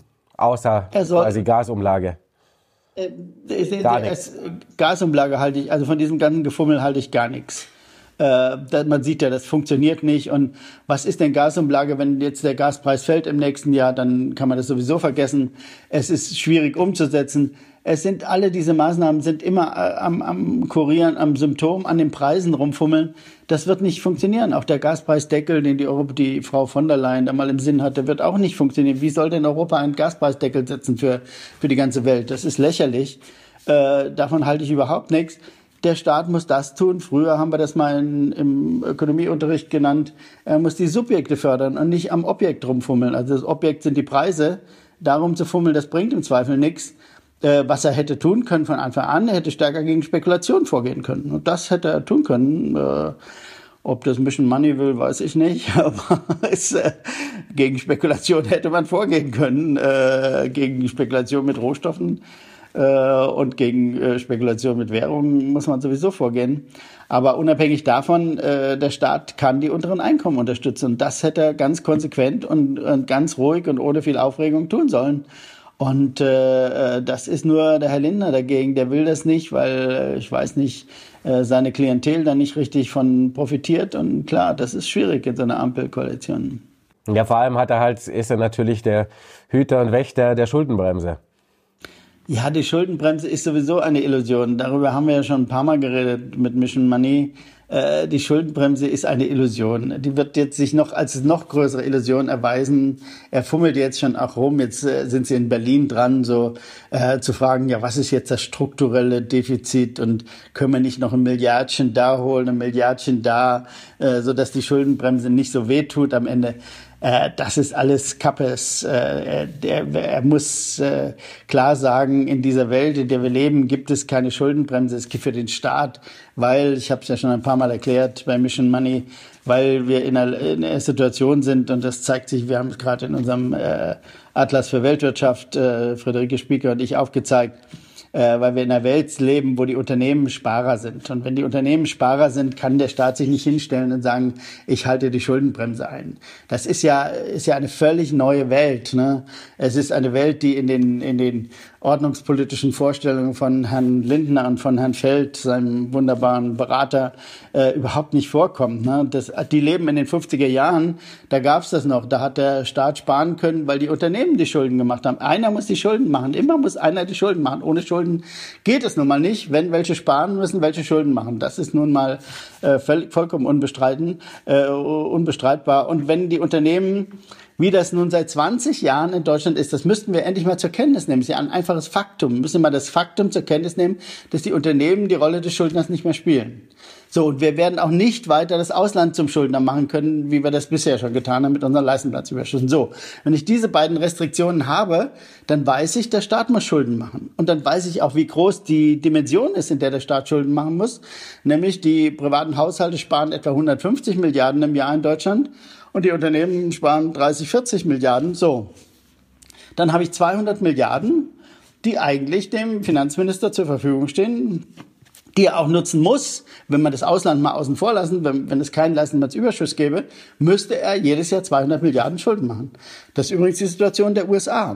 Außer er soll, quasi Gasumlage. Äh, gar nichts. Gasumlage halte ich, also von diesem ganzen Gefummel halte ich gar nichts. Äh, man sieht ja, das funktioniert nicht. Und was ist denn Gasumlage, wenn jetzt der Gaspreis fällt im nächsten Jahr, dann kann man das sowieso vergessen. Es ist schwierig umzusetzen. Es sind alle diese Maßnahmen sind immer äh, am, am Kurieren, am Symptom, an den Preisen rumfummeln. Das wird nicht funktionieren. Auch der Gaspreisdeckel, den die, Europa, die Frau von der Leyen da mal im Sinn hatte, wird auch nicht funktionieren. Wie soll denn Europa einen Gaspreisdeckel setzen für, für die ganze Welt? Das ist lächerlich. Äh, davon halte ich überhaupt nichts. Der Staat muss das tun. Früher haben wir das mal in, im Ökonomieunterricht genannt. Er muss die Subjekte fördern und nicht am Objekt rumfummeln. Also das Objekt sind die Preise. Darum zu fummeln, das bringt im Zweifel nichts. Äh, was er hätte tun können von Anfang an, er hätte stärker gegen Spekulation vorgehen können. Und das hätte er tun können. Äh, ob das Mission Money will, weiß ich nicht. Aber es, äh, gegen Spekulation hätte man vorgehen können. Äh, gegen Spekulation mit Rohstoffen. Und gegen Spekulation mit Währungen muss man sowieso vorgehen. Aber unabhängig davon, der Staat kann die unteren Einkommen unterstützen. Und das hätte er ganz konsequent und ganz ruhig und ohne viel Aufregung tun sollen. Und das ist nur der Herr Lindner dagegen. Der will das nicht, weil, ich weiß nicht, seine Klientel da nicht richtig von profitiert. Und klar, das ist schwierig in so einer Ampelkoalition. Ja, vor allem hat er halt, ist er natürlich der Hüter und Wächter der Schuldenbremse. Ja, die Schuldenbremse ist sowieso eine Illusion. Darüber haben wir ja schon ein paar Mal geredet mit Mission Money. Äh, die Schuldenbremse ist eine Illusion. Die wird jetzt sich noch als noch größere Illusion erweisen. Er fummelt jetzt schon auch rum. Jetzt äh, sind sie in Berlin dran, so äh, zu fragen, ja, was ist jetzt das strukturelle Defizit und können wir nicht noch ein Milliardchen da holen, ein Milliardchen da, äh, so dass die Schuldenbremse nicht so wehtut am Ende. Äh, das ist alles Kappes. Äh, der, er muss äh, klar sagen, in dieser Welt, in der wir leben, gibt es keine Schuldenbremse. Es gibt für den Staat, weil, ich habe es ja schon ein paar Mal erklärt bei Mission Money, weil wir in einer, in einer Situation sind, und das zeigt sich, wir haben es gerade in unserem äh, Atlas für Weltwirtschaft, äh, Friederike Spieker und ich aufgezeigt, äh, weil wir in einer Welt leben, wo die Unternehmen Sparer sind. Und wenn die Unternehmen Sparer sind, kann der Staat sich nicht hinstellen und sagen, ich halte die Schuldenbremse ein. Das ist ja, ist ja eine völlig neue Welt, ne? Es ist eine Welt, die in den, in den ordnungspolitischen Vorstellungen von Herrn Lindner und von Herrn Feld, seinem wunderbaren Berater, äh, überhaupt nicht vorkommt. Ne? Das, die leben in den fünfziger Jahren, da gab's das noch. Da hat der Staat sparen können, weil die Unternehmen die Schulden gemacht haben. Einer muss die Schulden machen. Immer muss einer die Schulden machen. Ohne Schulden geht es nun mal nicht. Wenn welche sparen, müssen welche Schulden machen. Das ist nun mal äh, voll, vollkommen unbestreiten, äh, unbestreitbar. Und wenn die Unternehmen, wie das nun seit zwanzig Jahren in Deutschland ist, das müssten wir endlich mal zur Kenntnis nehmen. Das ist ja ein einfaches Faktum. Wir müssen mal das Faktum zur Kenntnis nehmen, dass die Unternehmen die Rolle des Schuldners nicht mehr spielen. So, und wir werden auch nicht weiter das Ausland zum Schuldner machen können, wie wir das bisher schon getan haben mit unseren Leistenplatzüberschüssen. So, wenn ich diese beiden Restriktionen habe, dann weiß ich, der Staat muss Schulden machen. Und dann weiß ich auch, wie groß die Dimension ist, in der der Staat Schulden machen muss. Nämlich die privaten Haushalte sparen etwa hundertfünfzig Milliarden im Jahr in Deutschland. Und die Unternehmen sparen dreißig, vierzig Milliarden. So, dann habe ich zweihundert Milliarden, die eigentlich dem Finanzminister zur Verfügung stehen, die er auch nutzen muss. Wenn man das Ausland mal außen vor lassen, wenn, wenn es keinen Leistenplatzüberschuss gäbe, müsste er jedes Jahr zweihundert Milliarden Schulden machen. Das ist übrigens die Situation der U S A.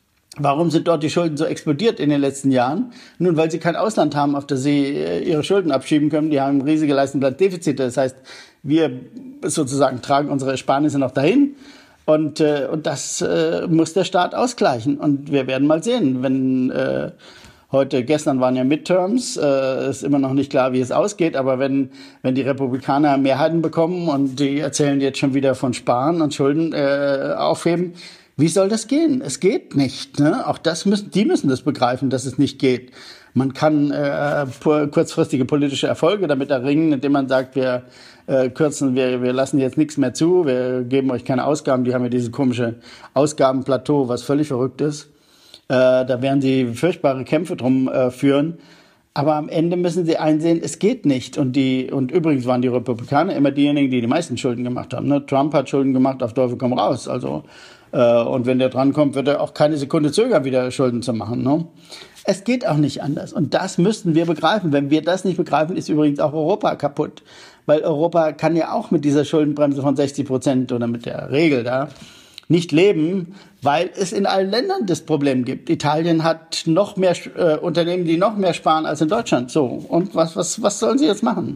Warum sind dort die Schulden so explodiert in den letzten Jahren? Nun, weil sie kein Ausland haben, auf das sie ihre Schulden abschieben können. Die haben riesige Leistenplatzdefizite. Das heißt, wir sozusagen tragen unsere Ersparnisse noch dahin. Und, äh, und das äh, muss der Staat ausgleichen. Und wir werden mal sehen, wenn äh, heute, gestern waren ja Midterms, äh, ist immer noch nicht klar, wie es ausgeht. Aber wenn, wenn die Republikaner Mehrheiten bekommen und die erzählen jetzt schon wieder von Sparen und Schulden äh, aufheben, wie soll das gehen? Es geht nicht. Ne? Auch das müssen, die müssen das begreifen, dass es nicht geht. Man kann äh, kurzfristige politische Erfolge damit erringen, indem man sagt, wir äh, kürzen, wir, wir lassen jetzt nichts mehr zu, wir geben euch keine Ausgaben. Die haben ja dieses komische Ausgabenplateau, was völlig verrückt ist. Äh, da werden sie furchtbare Kämpfe drum äh, führen. Aber am Ende müssen sie einsehen, es geht nicht. Und die, und übrigens waren die Republikaner immer diejenigen, die die meisten Schulden gemacht haben. Ne? Trump hat Schulden gemacht, auf Teufel komm raus. Also, äh, und wenn der drankommt, wird er auch keine Sekunde zögern, wieder Schulden zu machen. Ne? Es geht auch nicht anders. Und das müssten wir begreifen. Wenn wir das nicht begreifen, ist übrigens auch Europa kaputt. Weil Europa kann ja auch mit dieser Schuldenbremse von sechzig Prozent oder mit der Regel da nicht leben, weil es in allen Ländern das Problem gibt. Italien hat noch mehr äh, Unternehmen, die noch mehr sparen als in Deutschland. So, und was, was, was sollen sie jetzt machen?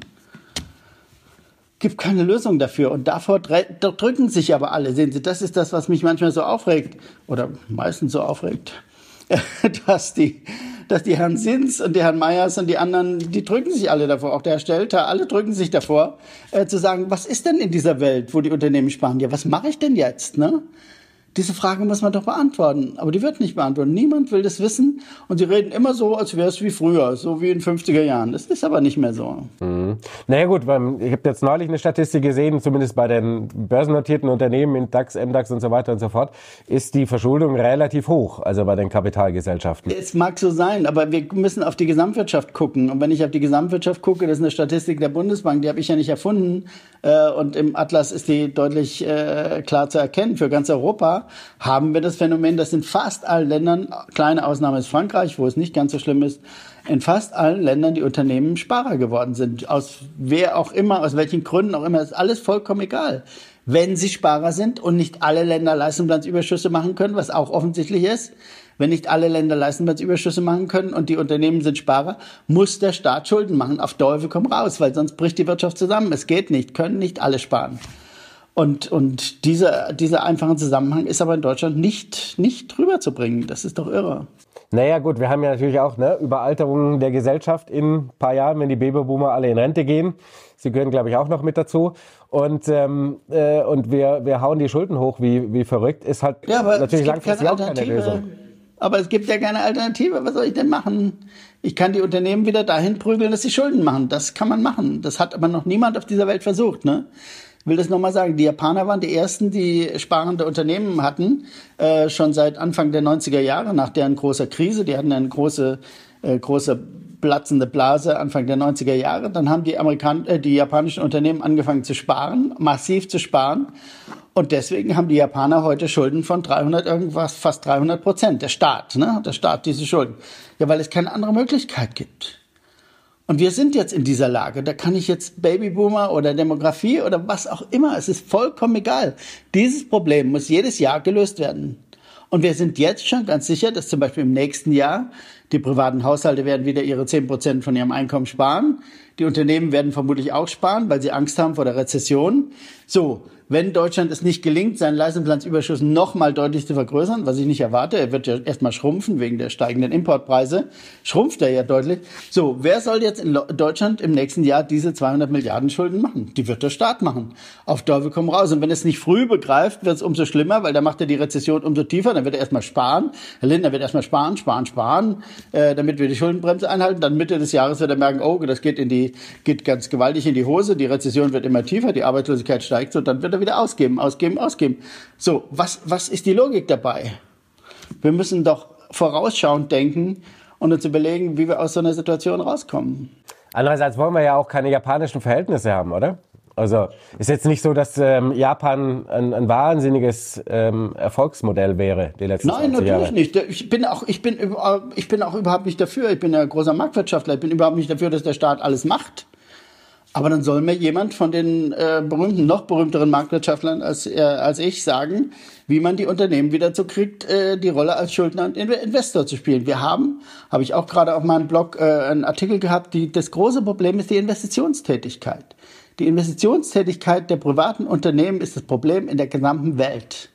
Gibt keine Lösung dafür. Und davor drücken sich aber alle. Sehen Sie, das ist das, was mich manchmal so aufregt, oder meistens so aufregt, dass die, dass die Herrn Sins und die Herrn Meyers und die anderen, die drücken sich alle davor, auch der Herr Stelter, alle drücken sich davor, äh, zu sagen, was ist denn in dieser Welt, wo die Unternehmen sparen? Ja, was mache ich denn jetzt, ne? Diese Frage muss man doch beantworten, aber die wird nicht beantwortet. Niemand will das wissen und sie reden immer so, als wäre es wie früher, so wie in den fünfziger Jahren. Das ist aber nicht mehr so. Mhm. Naja gut, weil ich habe jetzt neulich eine Statistik gesehen, zumindest bei den börsennotierten Unternehmen in DAX, M DAX und so weiter und so fort, ist die Verschuldung relativ hoch, also bei den Kapitalgesellschaften. Es mag so sein, aber wir müssen auf die Gesamtwirtschaft gucken. Und wenn ich auf die Gesamtwirtschaft gucke, das ist eine Statistik der Bundesbank, die habe ich ja nicht erfunden. Und im Atlas ist die deutlich äh, klar zu erkennen. Für ganz Europa haben wir das Phänomen, dass in fast allen Ländern, kleine Ausnahme ist Frankreich, wo es nicht ganz so schlimm ist, in fast allen Ländern die Unternehmen Sparer geworden sind. Aus wer auch immer, aus welchen Gründen auch immer, ist alles vollkommen egal. Wenn sie Sparer sind und nicht alle Länder Leistenplatzüberschüsse machen können, was auch offensichtlich ist, wenn nicht alle Länder Leistenplatzüberschüsse machen können und die Unternehmen sind Sparer, muss der Staat Schulden machen. Auf Teufel komm raus, weil sonst bricht die Wirtschaft zusammen. Es geht nicht, können nicht alle sparen. Und, und dieser, dieser einfache Zusammenhang ist aber in Deutschland nicht, nicht rüberzubringen. Das ist doch irre. Naja gut, wir haben ja natürlich auch ne, Überalterung der Gesellschaft in ein paar Jahren, wenn die Babyboomer alle in Rente gehen. Sie gehören, glaube ich, auch noch mit dazu. Und, ähm, äh, und wir, wir hauen die Schulden hoch wie, wie verrückt. Ist halt ja, aber natürlich langfristig auch keine Lösung. Aber es gibt ja keine Alternative. Was soll ich denn machen? Ich kann die Unternehmen wieder dahin prügeln, dass sie Schulden machen. Das kann man machen. Das hat aber noch niemand auf dieser Welt versucht, ne? Ich will das nochmal sagen. Die Japaner waren die ersten, die sparende Unternehmen hatten, äh, schon seit Anfang der neunziger Jahre, nach deren großer Krise. Die hatten eine große, äh, große platzende Blase Anfang der neunziger Jahre. Dann haben die Amerikan äh, die japanischen Unternehmen angefangen zu sparen, massiv zu sparen. Und deswegen haben die Japaner heute Schulden von dreihundert irgendwas, fast dreihundert Prozent. Der Staat, ne? Der Staat diese Schulden. Ja, weil es keine andere Möglichkeit gibt. Und wir sind jetzt in dieser Lage. Da kann ich jetzt Babyboomer oder Demografie oder was auch immer. Es ist vollkommen egal. Dieses Problem muss jedes Jahr gelöst werden. Und wir sind jetzt schon ganz sicher, dass zum Beispiel im nächsten Jahr die privaten Haushalte werden wieder ihre zehn Prozent von ihrem Einkommen sparen. Die Unternehmen werden vermutlich auch sparen, weil sie Angst haben vor der Rezession. So, wenn Deutschland es nicht gelingt, seinen Leistungsbilanzüberschuss noch mal deutlich zu vergrößern, was ich nicht erwarte, er wird ja erstmal schrumpfen wegen der steigenden Importpreise, schrumpft er ja deutlich. So, wer soll jetzt in Deutschland im nächsten Jahr diese zweihundert Milliarden Schulden machen? Die wird der Staat machen. Auf Teufel komm raus. Und wenn es nicht früh begreift, wird es umso schlimmer, weil da macht er die Rezession umso tiefer. Dann wird er erstmal sparen. Herr Lindner wird erstmal sparen, sparen, sparen, äh, damit wir die Schuldenbremse einhalten. Dann Mitte des Jahres wird er merken, oh, das geht in die, geht ganz gewaltig in die Hose. Die Rezession wird immer tiefer, die Arbeitslosigkeit steigt. So, dann wird er wieder ausgeben, ausgeben, ausgeben. So, was, was ist die Logik dabei? Wir müssen doch vorausschauend denken und uns überlegen, wie wir aus so einer Situation rauskommen. Andererseits wollen wir ja auch keine japanischen Verhältnisse haben, oder? Also ist jetzt nicht so, dass ähm, Japan ein, ein wahnsinniges ähm, Erfolgsmodell wäre die letzten Nein, zwanzig Jahre. Nein, natürlich nicht. Ich bin auch, ich bin, ich bin auch überhaupt nicht dafür. Ich bin ein großer Marktwirtschaftler. Ich bin überhaupt nicht dafür, dass der Staat alles macht. Aber dann soll mir jemand von den äh, berühmten, noch berühmteren Marktwirtschaftlern als, äh, als ich sagen, wie man die Unternehmen wieder so kriegt, äh, die Rolle als Schuldner und Investor zu spielen. Wir haben, habe ich auch gerade auf meinem Blog äh, einen Artikel gehabt, die, das große Problem ist die Investitionstätigkeit. Die Investitionstätigkeit der privaten Unternehmen ist das Problem in der gesamten Welt.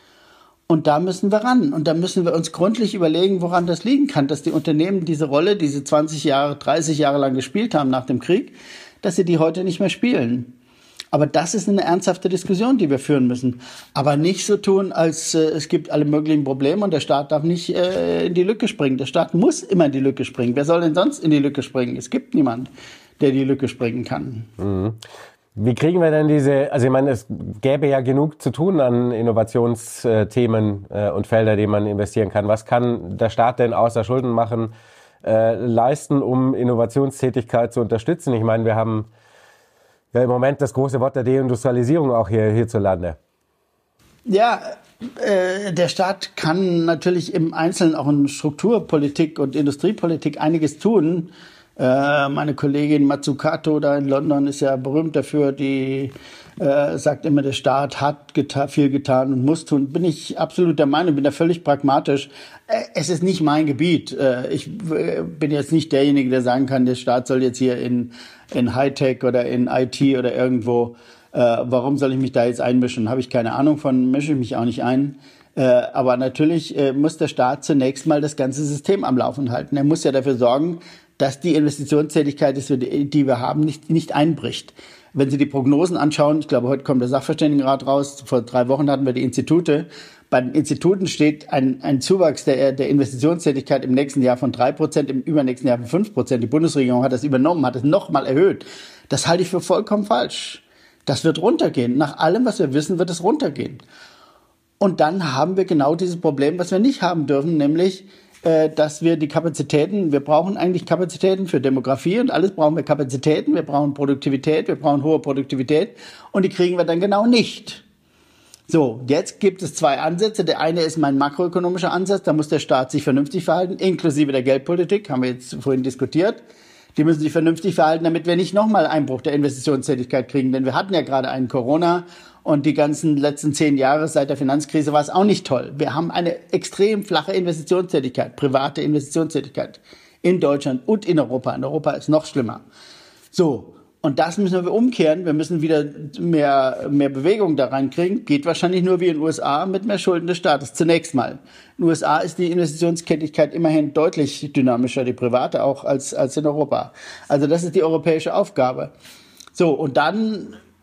Und da müssen wir ran. Und da müssen wir uns gründlich überlegen, woran das liegen kann, dass die Unternehmen diese Rolle, die sie zwanzig Jahre, dreißig Jahre lang gespielt haben nach dem Krieg, dass sie die heute nicht mehr spielen. Aber das ist eine ernsthafte Diskussion, die wir führen müssen. Aber nicht so tun, als äh, es gibt alle möglichen Probleme und der Staat darf nicht äh, in die Lücke springen. Der Staat muss immer in die Lücke springen. Wer soll denn sonst in die Lücke springen? Es gibt niemand, der die Lücke springen kann. Mhm. Wie kriegen wir denn diese, also ich meine, es gäbe ja genug zu tun an Innovationsthemen äh, und Felder, die man investieren kann. Was kann der Staat denn außer Schulden machen, äh, leisten, um Innovationstätigkeit zu unterstützen? Ich meine, wir haben ja im Moment das große Wort der Deindustrialisierung auch hier hierzulande. Ja, äh, der Staat kann natürlich im Einzelnen auch in Strukturpolitik und Industriepolitik einiges tun. Äh, meine Kollegin Matsukato da in London ist ja berühmt dafür, die äh, sagt immer, der Staat hat geta- viel getan und muss tun. Bin ich absolut der Meinung, bin da völlig pragmatisch. Äh, es ist nicht mein Gebiet. Äh, ich äh, bin jetzt nicht derjenige, der sagen kann, der Staat soll jetzt hier in, in Hightech oder in I T oder irgendwo, äh, warum soll ich mich da jetzt einmischen? Habe ich keine Ahnung von, mische ich mich auch nicht ein. Äh, aber natürlich äh, muss der Staat zunächst mal das ganze System am Laufen halten. Er muss ja dafür sorgen, dass die Investitionstätigkeit, die wir haben, nicht, nicht einbricht. Wenn Sie die Prognosen anschauen, ich glaube, heute kommt der Sachverständigenrat raus, vor drei Wochen hatten wir die Institute. Bei den Instituten steht ein, ein Zuwachs der, der Investitionstätigkeit im nächsten Jahr von drei Prozent, im übernächsten Jahr von fünf Prozent. Die Bundesregierung hat das übernommen, hat es nochmal erhöht. Das halte ich für vollkommen falsch. Das wird runtergehen. Nach allem, was wir wissen, wird es runtergehen. Und dann haben wir genau dieses Problem, was wir nicht haben dürfen, nämlich dass wir die Kapazitäten, wir brauchen eigentlich Kapazitäten für Demografie und alles brauchen wir Kapazitäten, wir brauchen Produktivität, wir brauchen hohe Produktivität und die kriegen wir dann genau nicht. So, jetzt gibt es zwei Ansätze. Der eine ist mein makroökonomischer Ansatz, da muss der Staat sich vernünftig verhalten, inklusive der Geldpolitik, haben wir jetzt vorhin diskutiert. Die müssen sich vernünftig verhalten, damit wir nicht nochmal Einbruch der Investitionstätigkeit kriegen, denn wir hatten ja gerade einen Corona und die ganzen letzten zehn Jahre seit der Finanzkrise war es auch nicht toll. Wir haben eine extrem flache Investitionstätigkeit, private Investitionstätigkeit in Deutschland und in Europa. In Europa ist noch schlimmer. So, und das müssen wir umkehren. Wir müssen wieder mehr, mehr Bewegung da reinkriegen. Geht wahrscheinlich nur wie in den U S A mit mehr Schulden des Staates. Zunächst mal. In den U S A ist die Investitionstätigkeit immerhin deutlich dynamischer, die private auch, als, als in Europa. Also das ist die europäische Aufgabe. So, und dann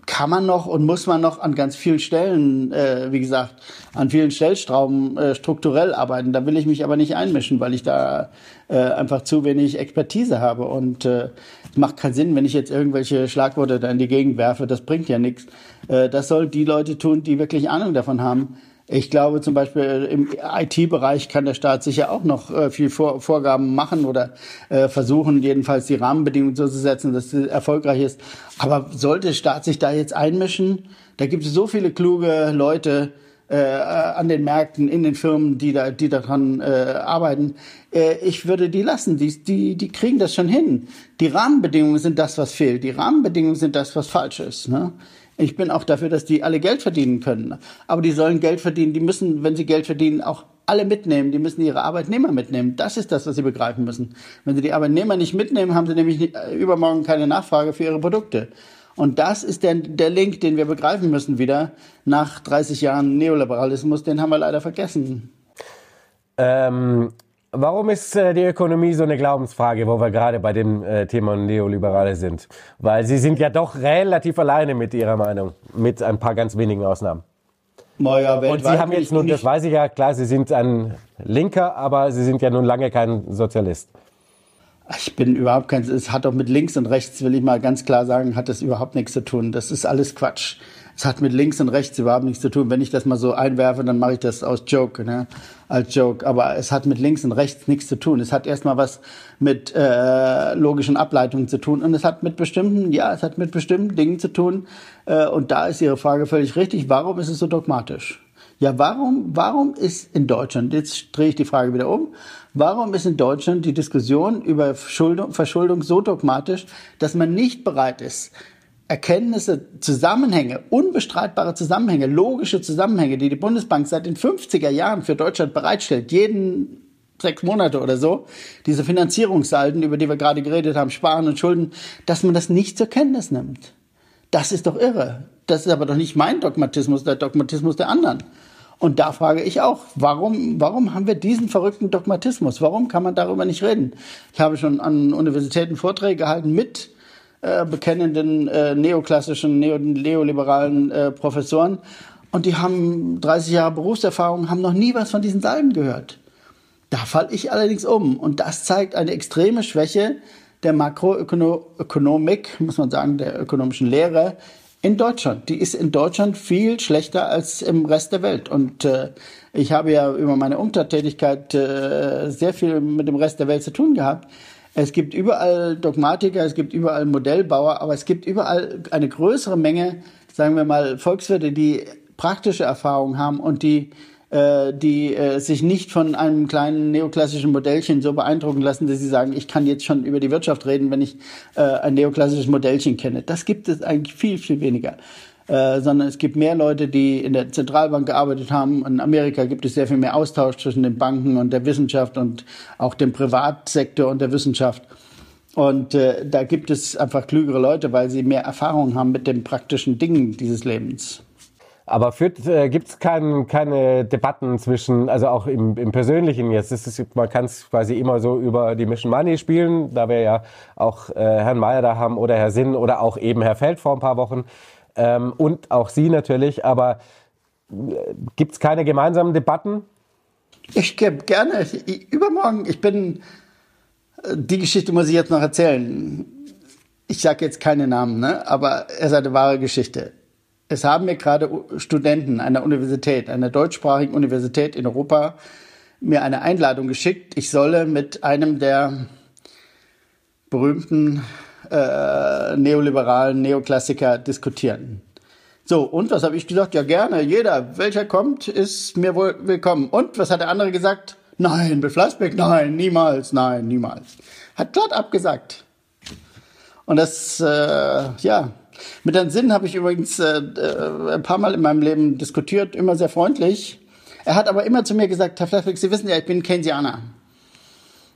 kann man noch und muss man noch an ganz vielen Stellen, äh, wie gesagt, an vielen Stellschrauben äh, strukturell arbeiten. Da will ich mich aber nicht einmischen, weil ich da äh, einfach zu wenig Expertise habe. Und äh, es macht keinen Sinn, wenn ich jetzt irgendwelche Schlagworte da in die Gegend werfe. Das bringt ja nichts. Äh, das soll die Leute tun, die wirklich Ahnung davon haben. Ich glaube zum Beispiel im I T-Bereich kann der Staat sicher auch noch äh, viel Vor- Vorgaben machen oder äh, versuchen, jedenfalls die Rahmenbedingungen so zu setzen, dass es erfolgreich ist. Aber sollte der Staat sich da jetzt einmischen? Da gibt es so viele kluge Leute äh, an den Märkten, in den Firmen, die da, die daran äh, arbeiten. Äh, ich würde die lassen. Die, die, die kriegen das schon hin. Die Rahmenbedingungen sind das, was fehlt. Die Rahmenbedingungen sind das, was falsch ist, ne? Ich bin auch dafür, dass die alle Geld verdienen können. Aber die sollen Geld verdienen, die müssen, wenn sie Geld verdienen, auch alle mitnehmen. Die müssen ihre Arbeitnehmer mitnehmen. Das ist das, was sie begreifen müssen. Wenn sie die Arbeitnehmer nicht mitnehmen, haben sie nämlich übermorgen keine Nachfrage für ihre Produkte. Und das ist der, der Link, den wir begreifen müssen wieder nach dreißig Jahren Neoliberalismus. Den haben wir leider vergessen. Ähm... Warum ist äh, die Ökonomie so eine Glaubensfrage, wo wir gerade bei dem äh, Thema Neoliberale sind? Weil Sie sind ja doch relativ alleine mit Ihrer Meinung, mit ein paar ganz wenigen Ausnahmen. Naja, und Sie haben jetzt nun, das weiß ich ja, klar, Sie sind ein Linker, aber Sie sind ja nun lange kein Sozialist. Ich bin überhaupt kein, es hat doch mit links und rechts, will ich mal ganz klar sagen, hat das überhaupt nichts zu tun. Das ist alles Quatsch. Es hat mit links und rechts überhaupt nichts zu tun. Wenn ich das mal so einwerfe, dann mache ich das aus Joke, ne? Als Joke. Aber es hat mit links und rechts nichts zu tun. Es hat erstmal was mit äh, logischen Ableitungen zu tun. Und es hat mit bestimmten, ja, es hat mit bestimmten Dingen zu tun. Äh, und da ist Ihre Frage völlig richtig. Warum ist es so dogmatisch? Ja, warum, warum ist in Deutschland, jetzt drehe ich die Frage wieder um, warum ist in Deutschland die Diskussion über Verschuldung, Verschuldung so dogmatisch, dass man nicht bereit ist, Erkenntnisse, Zusammenhänge, unbestreitbare Zusammenhänge, logische Zusammenhänge, die die Bundesbank seit den fünfziger Jahren für Deutschland bereitstellt, jeden sechs Monate oder so, diese Finanzierungssalden, über die wir gerade geredet haben, Sparen und Schulden, dass man das nicht zur Kenntnis nimmt. Das ist doch irre. Das ist aber doch nicht mein Dogmatismus, der Dogmatismus der anderen. Und da frage ich auch, warum, warum haben wir diesen verrückten Dogmatismus? Warum kann man darüber nicht reden? Ich habe schon an Universitäten Vorträge gehalten mit Äh, bekennenden äh, neoklassischen, neo, neoliberalen äh, Professoren. Und die haben dreißig Jahre Berufserfahrung, haben noch nie was von diesen Salben gehört. Da falle ich allerdings um. Und das zeigt eine extreme Schwäche der Makroökonomik, muss man sagen, der ökonomischen Lehre in Deutschland. Die ist in Deutschland viel schlechter als im Rest der Welt. Und äh, ich habe ja über meine Umtat-Tätigkeit äh, sehr viel mit dem Rest der Welt zu tun gehabt. Es gibt überall Dogmatiker, es gibt überall Modellbauer, aber es gibt überall eine größere Menge, sagen wir mal, Volkswirte, die praktische Erfahrung haben und die, äh, die äh, sich nicht von einem kleinen neoklassischen Modellchen so beeindrucken lassen, dass sie sagen, ich kann jetzt schon über die Wirtschaft reden, wenn ich äh, ein neoklassisches Modellchen kenne. Das gibt es eigentlich viel, viel weniger. Äh, sondern es gibt mehr Leute, die in der Zentralbank gearbeitet haben. In Amerika gibt es sehr viel mehr Austausch zwischen den Banken und der Wissenschaft und auch dem Privatsektor und der Wissenschaft. Und äh, da gibt es einfach klügere Leute, weil sie mehr Erfahrung haben mit den praktischen Dingen dieses Lebens. Aber äh, gibt es kein, keine Debatten zwischen, also auch im, im Persönlichen jetzt, ist es, man kann es quasi immer so über die Mission Money spielen, da wir ja auch äh, Herrn Mayer da haben oder Herr Sinn oder auch eben Herr Feld vor ein paar Wochen. Ähm, und auch Sie natürlich, aber äh, gibt es keine gemeinsamen Debatten? Ich gebe gerne, ich, übermorgen, ich bin, die Geschichte muss ich jetzt noch erzählen. Ich sage jetzt keine Namen, ne? Aber es ist eine wahre Geschichte. Es haben mir gerade Studenten einer Universität, einer deutschsprachigen Universität in Europa, mir eine Einladung geschickt. Ich solle mit einem der berühmten Äh, neoliberalen Neoklassiker diskutieren. So, und was habe ich gesagt? Ja, gerne, jeder, welcher kommt, ist mir wohl willkommen. Und was hat der andere gesagt? Nein, Bill Fleißbeck, nein, niemals, nein, niemals. Hat glatt abgesagt. Und das, äh, ja, mit Herrn Sinn habe ich übrigens äh, ein paar Mal in meinem Leben diskutiert, immer sehr freundlich. Er hat aber immer zu mir gesagt, Herr Fleißbeck, Sie wissen ja, ich bin Keynesianer.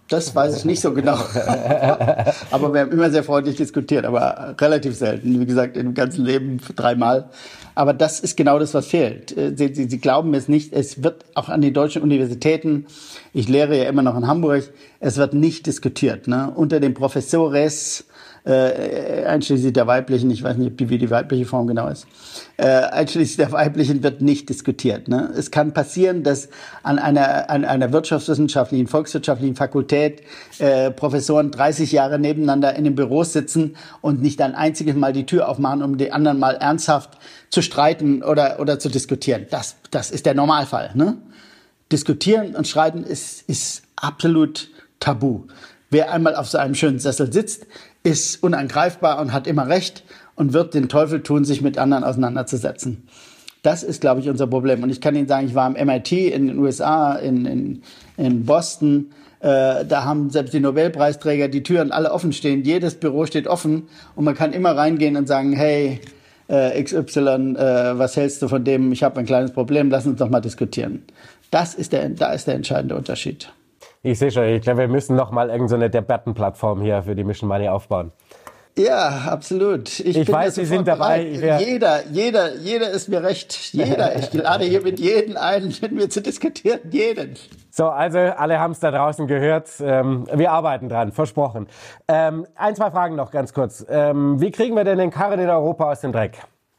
Das weiß ich nicht so genau. Aber wir haben immer sehr freundlich diskutiert, aber relativ selten. Wie gesagt, im ganzen Leben dreimal. Aber das ist genau das, was fehlt. Sie, Sie, Sie glauben es nicht. Es wird auch an die deutschen Universitäten, ich lehre ja immer noch in Hamburg, es wird nicht diskutiert. Ne? Unter den Professores, äh, einschließlich der weiblichen, ich weiß nicht, wie die weibliche Form genau ist, äh, einschließlich der weiblichen wird nicht diskutiert. Ne? Es kann passieren, dass an einer, an einer wirtschaftswissenschaftlichen, volkswirtschaftlichen Fakultät äh, Professoren dreißig Jahre nebeneinander in den Büros sitzen und nicht ein einziges Mal die Tür aufmachen, um die anderen mal ernsthaft zu streiten oder, oder zu diskutieren. Das, das ist der Normalfall. Ne? Diskutieren und streiten ist, ist absolut tabu. Wer einmal auf so einem schönen Sessel sitzt, ist unangreifbar und hat immer Recht und wird den Teufel tun, sich mit anderen auseinanderzusetzen. Das ist, glaube ich, unser Problem. Und ich kann Ihnen sagen, ich war am M I T in den U S A, in, in, in Boston. Äh, da haben selbst die Nobelpreisträger die Türen alle offen stehen. Jedes Büro steht offen und man kann immer reingehen und sagen, hey, äh, X Y, äh, was hältst du von dem? Ich habe ein kleines Problem, lass uns doch mal diskutieren. Das ist der, da ist der entscheidende Unterschied. Ich sehe schon, ich glaube, wir müssen noch mal irgendeine Debattenplattform hier für die Mission Money aufbauen. Ja, absolut. Ich, ich weiß, Sie sind dabei. Ja. Jeder, jeder, jeder ist mir recht. Jeder. Ich lade hier mit jedem ein, mit mir zu diskutieren. Jeden. So, also alle haben es da draußen gehört. Ähm, wir arbeiten dran, versprochen. Ähm, ein, zwei Fragen noch ganz kurz. Ähm, wie kriegen wir denn den Karren in Europa aus dem Dreck?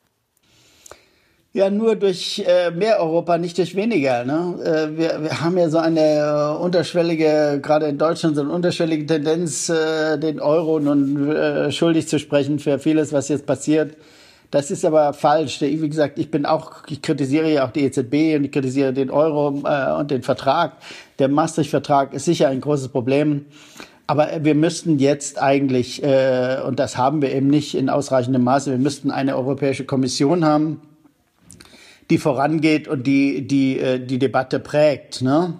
Ja, nur durch äh, mehr Europa, nicht durch weniger. Ne? Äh, wir, wir haben ja so eine äh, unterschwellige, gerade in Deutschland, so eine unterschwellige Tendenz, äh, den Euro nun äh, schuldig zu sprechen für vieles, was jetzt passiert. Das ist aber falsch. Wie gesagt, ich bin auch, ich kritisiere ja auch die E Z B und ich kritisiere den Euro äh, und den Vertrag. Der Maastricht-Vertrag ist sicher ein großes Problem. Aber wir müssten jetzt eigentlich, äh, und das haben wir eben nicht in ausreichendem Maße, wir müssten eine Europäische Kommission haben, die vorangeht und die die die Debatte prägt, ne?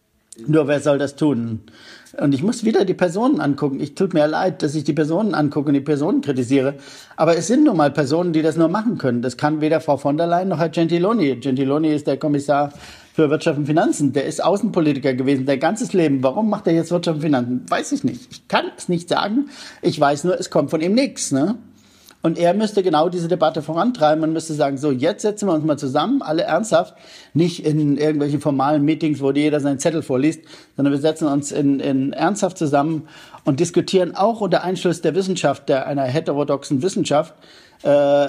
Nur wer soll das tun? Und ich muss wieder die Personen angucken. Ich tut mir leid, dass ich die Personen angucke und die Personen kritisiere. Aber es sind nun mal Personen, die das nur machen können. Das kann weder Frau von der Leyen noch Herr Gentiloni. Gentiloni ist der Kommissar für Wirtschaft und Finanzen. Der ist Außenpolitiker gewesen, der ganzes Leben. Warum macht er jetzt Wirtschaft und Finanzen? Weiß ich nicht. Ich kann es nicht sagen. Ich weiß nur, es kommt von ihm nichts, ne? Und er müsste genau diese Debatte vorantreiben und müsste sagen, so, jetzt setzen wir uns mal zusammen, alle ernsthaft, nicht in irgendwelchen formalen Meetings, wo jeder seinen Zettel vorliest, sondern wir setzen uns in, in ernsthaft zusammen und diskutieren auch unter Einschluss der Wissenschaft, der einer heterodoxen Wissenschaft, äh,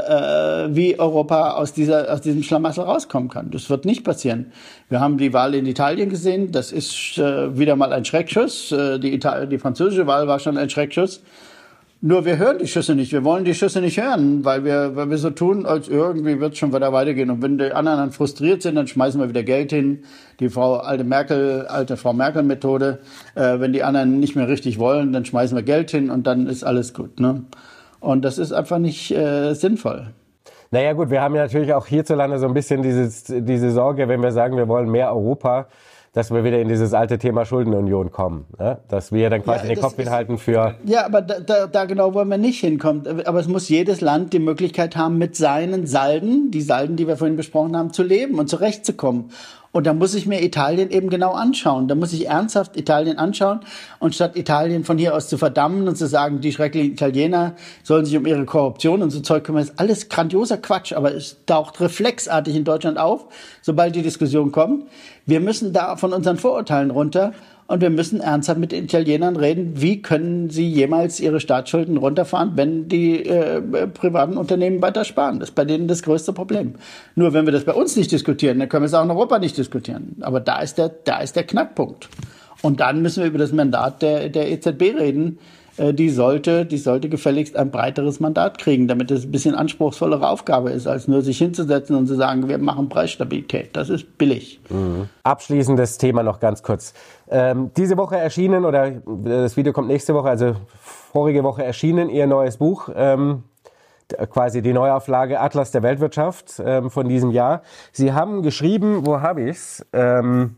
äh, wie Europa aus dieser, aus diesem Schlamassel rauskommen kann. Das wird nicht passieren. Wir haben die Wahl in Italien gesehen, das ist äh, wieder mal ein Schreckschuss. Äh, die, Ital- die französische Wahl war schon ein Schreckschuss. Nur wir hören die Schüsse nicht, wir wollen die Schüsse nicht hören, weil wir, weil wir so tun, als irgendwie wird es schon wieder weitergehen. Und wenn die anderen dann frustriert sind, dann schmeißen wir wieder Geld hin. Die Frau alte Merkel, alte Frau Merkel-Methode. Äh, wenn die anderen nicht mehr richtig wollen, dann schmeißen wir Geld hin und dann ist alles gut. Ne? Und das ist einfach nicht äh, sinnvoll. Naja gut, wir haben ja natürlich auch hierzulande so ein bisschen dieses, diese Sorge, wenn wir sagen, wir wollen mehr Europa, dass wir wieder in dieses alte Thema Schuldenunion kommen, ne? Dass wir dann quasi ja, den Kopf hinhalten für... Ja, aber da, da, da genau wollen wir nicht hinkommen. Aber es muss jedes Land die Möglichkeit haben, mit seinen Salden, die Salden, die wir vorhin besprochen haben, zu leben und zurechtzukommen. Und da muss ich mir Italien eben genau anschauen. Da muss ich ernsthaft Italien anschauen. Und statt Italien von hier aus zu verdammen und zu sagen, die schrecklichen Italiener sollen sich um ihre Korruption und so Zeug kümmern, ist alles grandioser Quatsch. Aber es taucht reflexartig in Deutschland auf, sobald die Diskussion kommt. Wir müssen da von unseren Vorurteilen runter. Und wir müssen ernsthaft mit den Italienern reden, wie können sie jemals ihre Staatsschulden runterfahren, wenn die äh, privaten Unternehmen weiter sparen. Das ist bei denen das größte Problem. Nur wenn wir das bei uns nicht diskutieren, dann können wir es auch in Europa nicht diskutieren. Aber da ist der, da ist der Knackpunkt. Und dann müssen wir über das Mandat der, der E Z B reden. Äh, die sollte, die sollte gefälligst ein breiteres Mandat kriegen, damit es ein bisschen anspruchsvollere Aufgabe ist, als nur sich hinzusetzen und zu sagen, wir machen Preisstabilität. Das ist billig. Mhm. Abschließendes Thema noch ganz kurz. Ähm, diese Woche erschienen, oder das Video kommt nächste Woche, also vorige Woche erschienen, Ihr neues Buch, ähm, quasi die Neuauflage Atlas der Weltwirtschaft ähm, von diesem Jahr. Sie haben geschrieben, wo habe ich's? Ähm,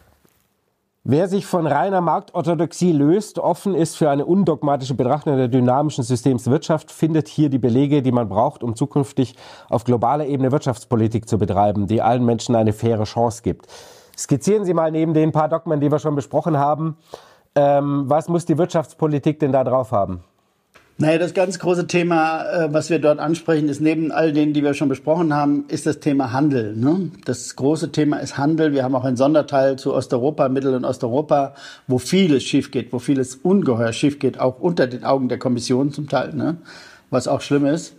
wer sich von reiner Marktorthodoxie löst, offen ist für eine undogmatische Betrachtung der dynamischen Systemswirtschaft, findet hier die Belege, die man braucht, um zukünftig auf globaler Ebene Wirtschaftspolitik zu betreiben, die allen Menschen eine faire Chance gibt. Skizzieren Sie mal neben den paar Dogmen, die wir schon besprochen haben, Ähm, was muss die Wirtschaftspolitik denn da drauf haben? Naja, das ganz große Thema, was wir dort ansprechen, ist neben all denen, die wir schon besprochen haben, ist das Thema Handel. Ne? Das große Thema ist Handel. Wir haben auch einen Sonderteil zu Osteuropa, Mittel- und Osteuropa, wo vieles schief geht, wo vieles ungeheuer schief geht, auch unter den Augen der Kommission zum Teil, ne? Was auch schlimm ist.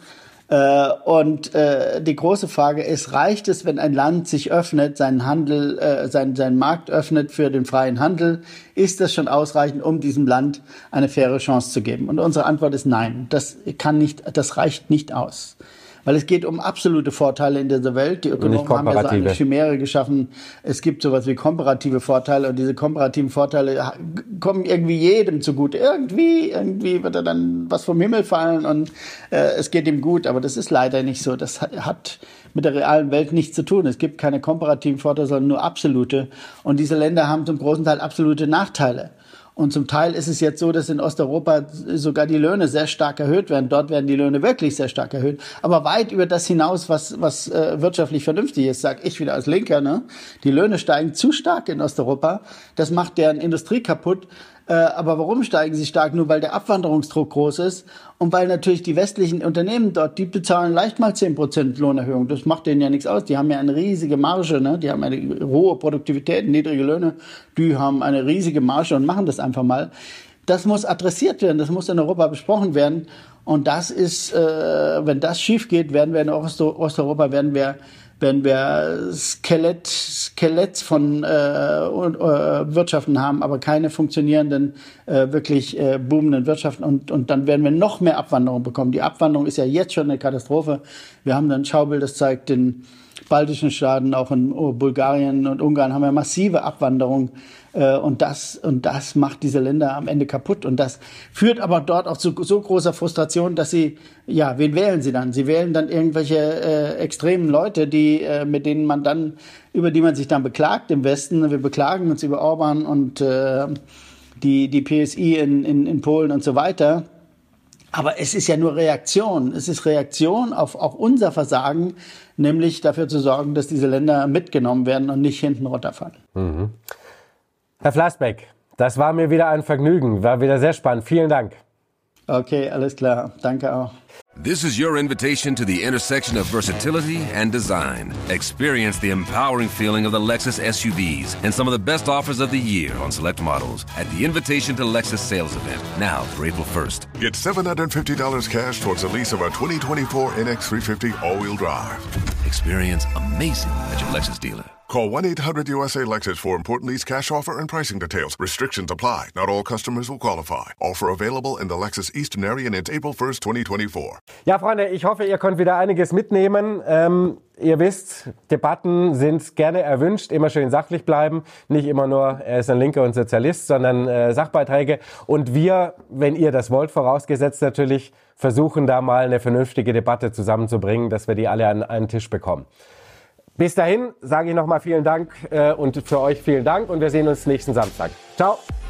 Und äh, die große Frage ist, reicht es, wenn ein Land sich öffnet, seinen Handel, äh, seinen, seinen Markt öffnet für den freien Handel? Ist das schon ausreichend, um diesem Land eine faire Chance zu geben? Und unsere Antwort ist nein. Das kann nicht, das reicht nicht aus. Weil es geht um absolute Vorteile in dieser Welt. Die Ökonomen haben ja so eine Chimäre geschaffen. Es gibt sowas wie komparative Vorteile und diese komparativen Vorteile kommen irgendwie jedem zugute. Irgendwie, irgendwie wird er dann was vom Himmel fallen und äh, es geht ihm gut. Aber das ist leider nicht so. Das hat mit der realen Welt nichts zu tun. Es gibt keine komparativen Vorteile, sondern nur absolute. Und diese Länder haben zum großen Teil absolute Nachteile. Und zum Teil ist es jetzt so, dass in Osteuropa sogar die Löhne sehr stark erhöht werden. Dort werden die Löhne wirklich sehr stark erhöht. Aber weit über das hinaus, was, was äh, wirtschaftlich vernünftig ist, sage ich wieder als Linker. Ne? Die Löhne steigen zu stark in Osteuropa. Das macht deren Industrie kaputt. Äh, aber warum steigen sie stark? Nur weil der Abwanderungsdruck groß ist und weil natürlich die westlichen Unternehmen dort, die bezahlen leicht mal zehn Prozent Lohnerhöhung. Das macht denen ja nichts aus. Die haben ja eine riesige Marge, ne? Die haben eine hohe Produktivität, niedrige Löhne. Die haben eine riesige Marge und machen das einfach mal. Das muss adressiert werden, das muss in Europa besprochen werden. Und das ist, äh, wenn das schief geht, werden wir in Ost- Osteuropa, werden wir wenn wir Skelett, Skelett von äh, äh, Wirtschaften haben, aber keine funktionierenden, äh, wirklich äh, boomenden Wirtschaften. Und, und dann werden wir noch mehr Abwanderung bekommen. Die Abwanderung ist ja jetzt schon eine Katastrophe. Wir haben ein Schaubild, das zeigt, den baltischen Staaten, auch in Bulgarien und Ungarn haben wir massive Abwanderung. Und das, und das macht diese Länder am Ende kaputt. Und das führt aber dort auch zu so großer Frustration, dass sie, ja, wen wählen sie dann? Sie wählen dann irgendwelche äh, extremen Leute, die, äh, mit denen man dann, über die man sich dann beklagt im Westen. Wir beklagen uns über Orban und äh, die, die P S I in, in, in Polen und so weiter. Aber es ist ja nur Reaktion. Es ist Reaktion auf auch unser Versagen, nämlich dafür zu sorgen, dass diese Länder mitgenommen werden und nicht hinten runterfallen. Mhm. Herr Flassbeck, das war mir wieder ein Vergnügen, war wieder sehr spannend. Vielen Dank. Okay, alles klar. Danke auch. This is your invitation to the intersection of versatility and design. Experience the empowering feeling of the Lexus S U Vs and some of the best offers of the year on select models at the Invitation to Lexus sales event, now through April first. Get seven hundred fifty dollars cash towards the lease of our twenty twenty-four N X three fifty all-wheel drive. Experience amazing at your Lexus dealer. Call one eight hundred U S A Lexus for important lease cash offer and pricing details. Restrictions apply. Not all customers will qualify. Offer available in the Lexus Eastern area and it's April first, twenty twenty-four. Ja, Freunde, ich hoffe, ihr könnt wieder einiges mitnehmen. Ähm, ihr wisst, Debatten sind gerne erwünscht. Immer schön sachlich bleiben. Nicht immer nur, er ist ein Linker und Sozialist, sondern äh, Sachbeiträge. Und wir, wenn ihr das wollt, vorausgesetzt natürlich, versuchen da mal eine vernünftige Debatte zusammenzubringen, dass wir die alle an einen Tisch bekommen. Bis dahin sage ich nochmal vielen Dank äh, und für euch vielen Dank und wir sehen uns nächsten Samstag. Ciao!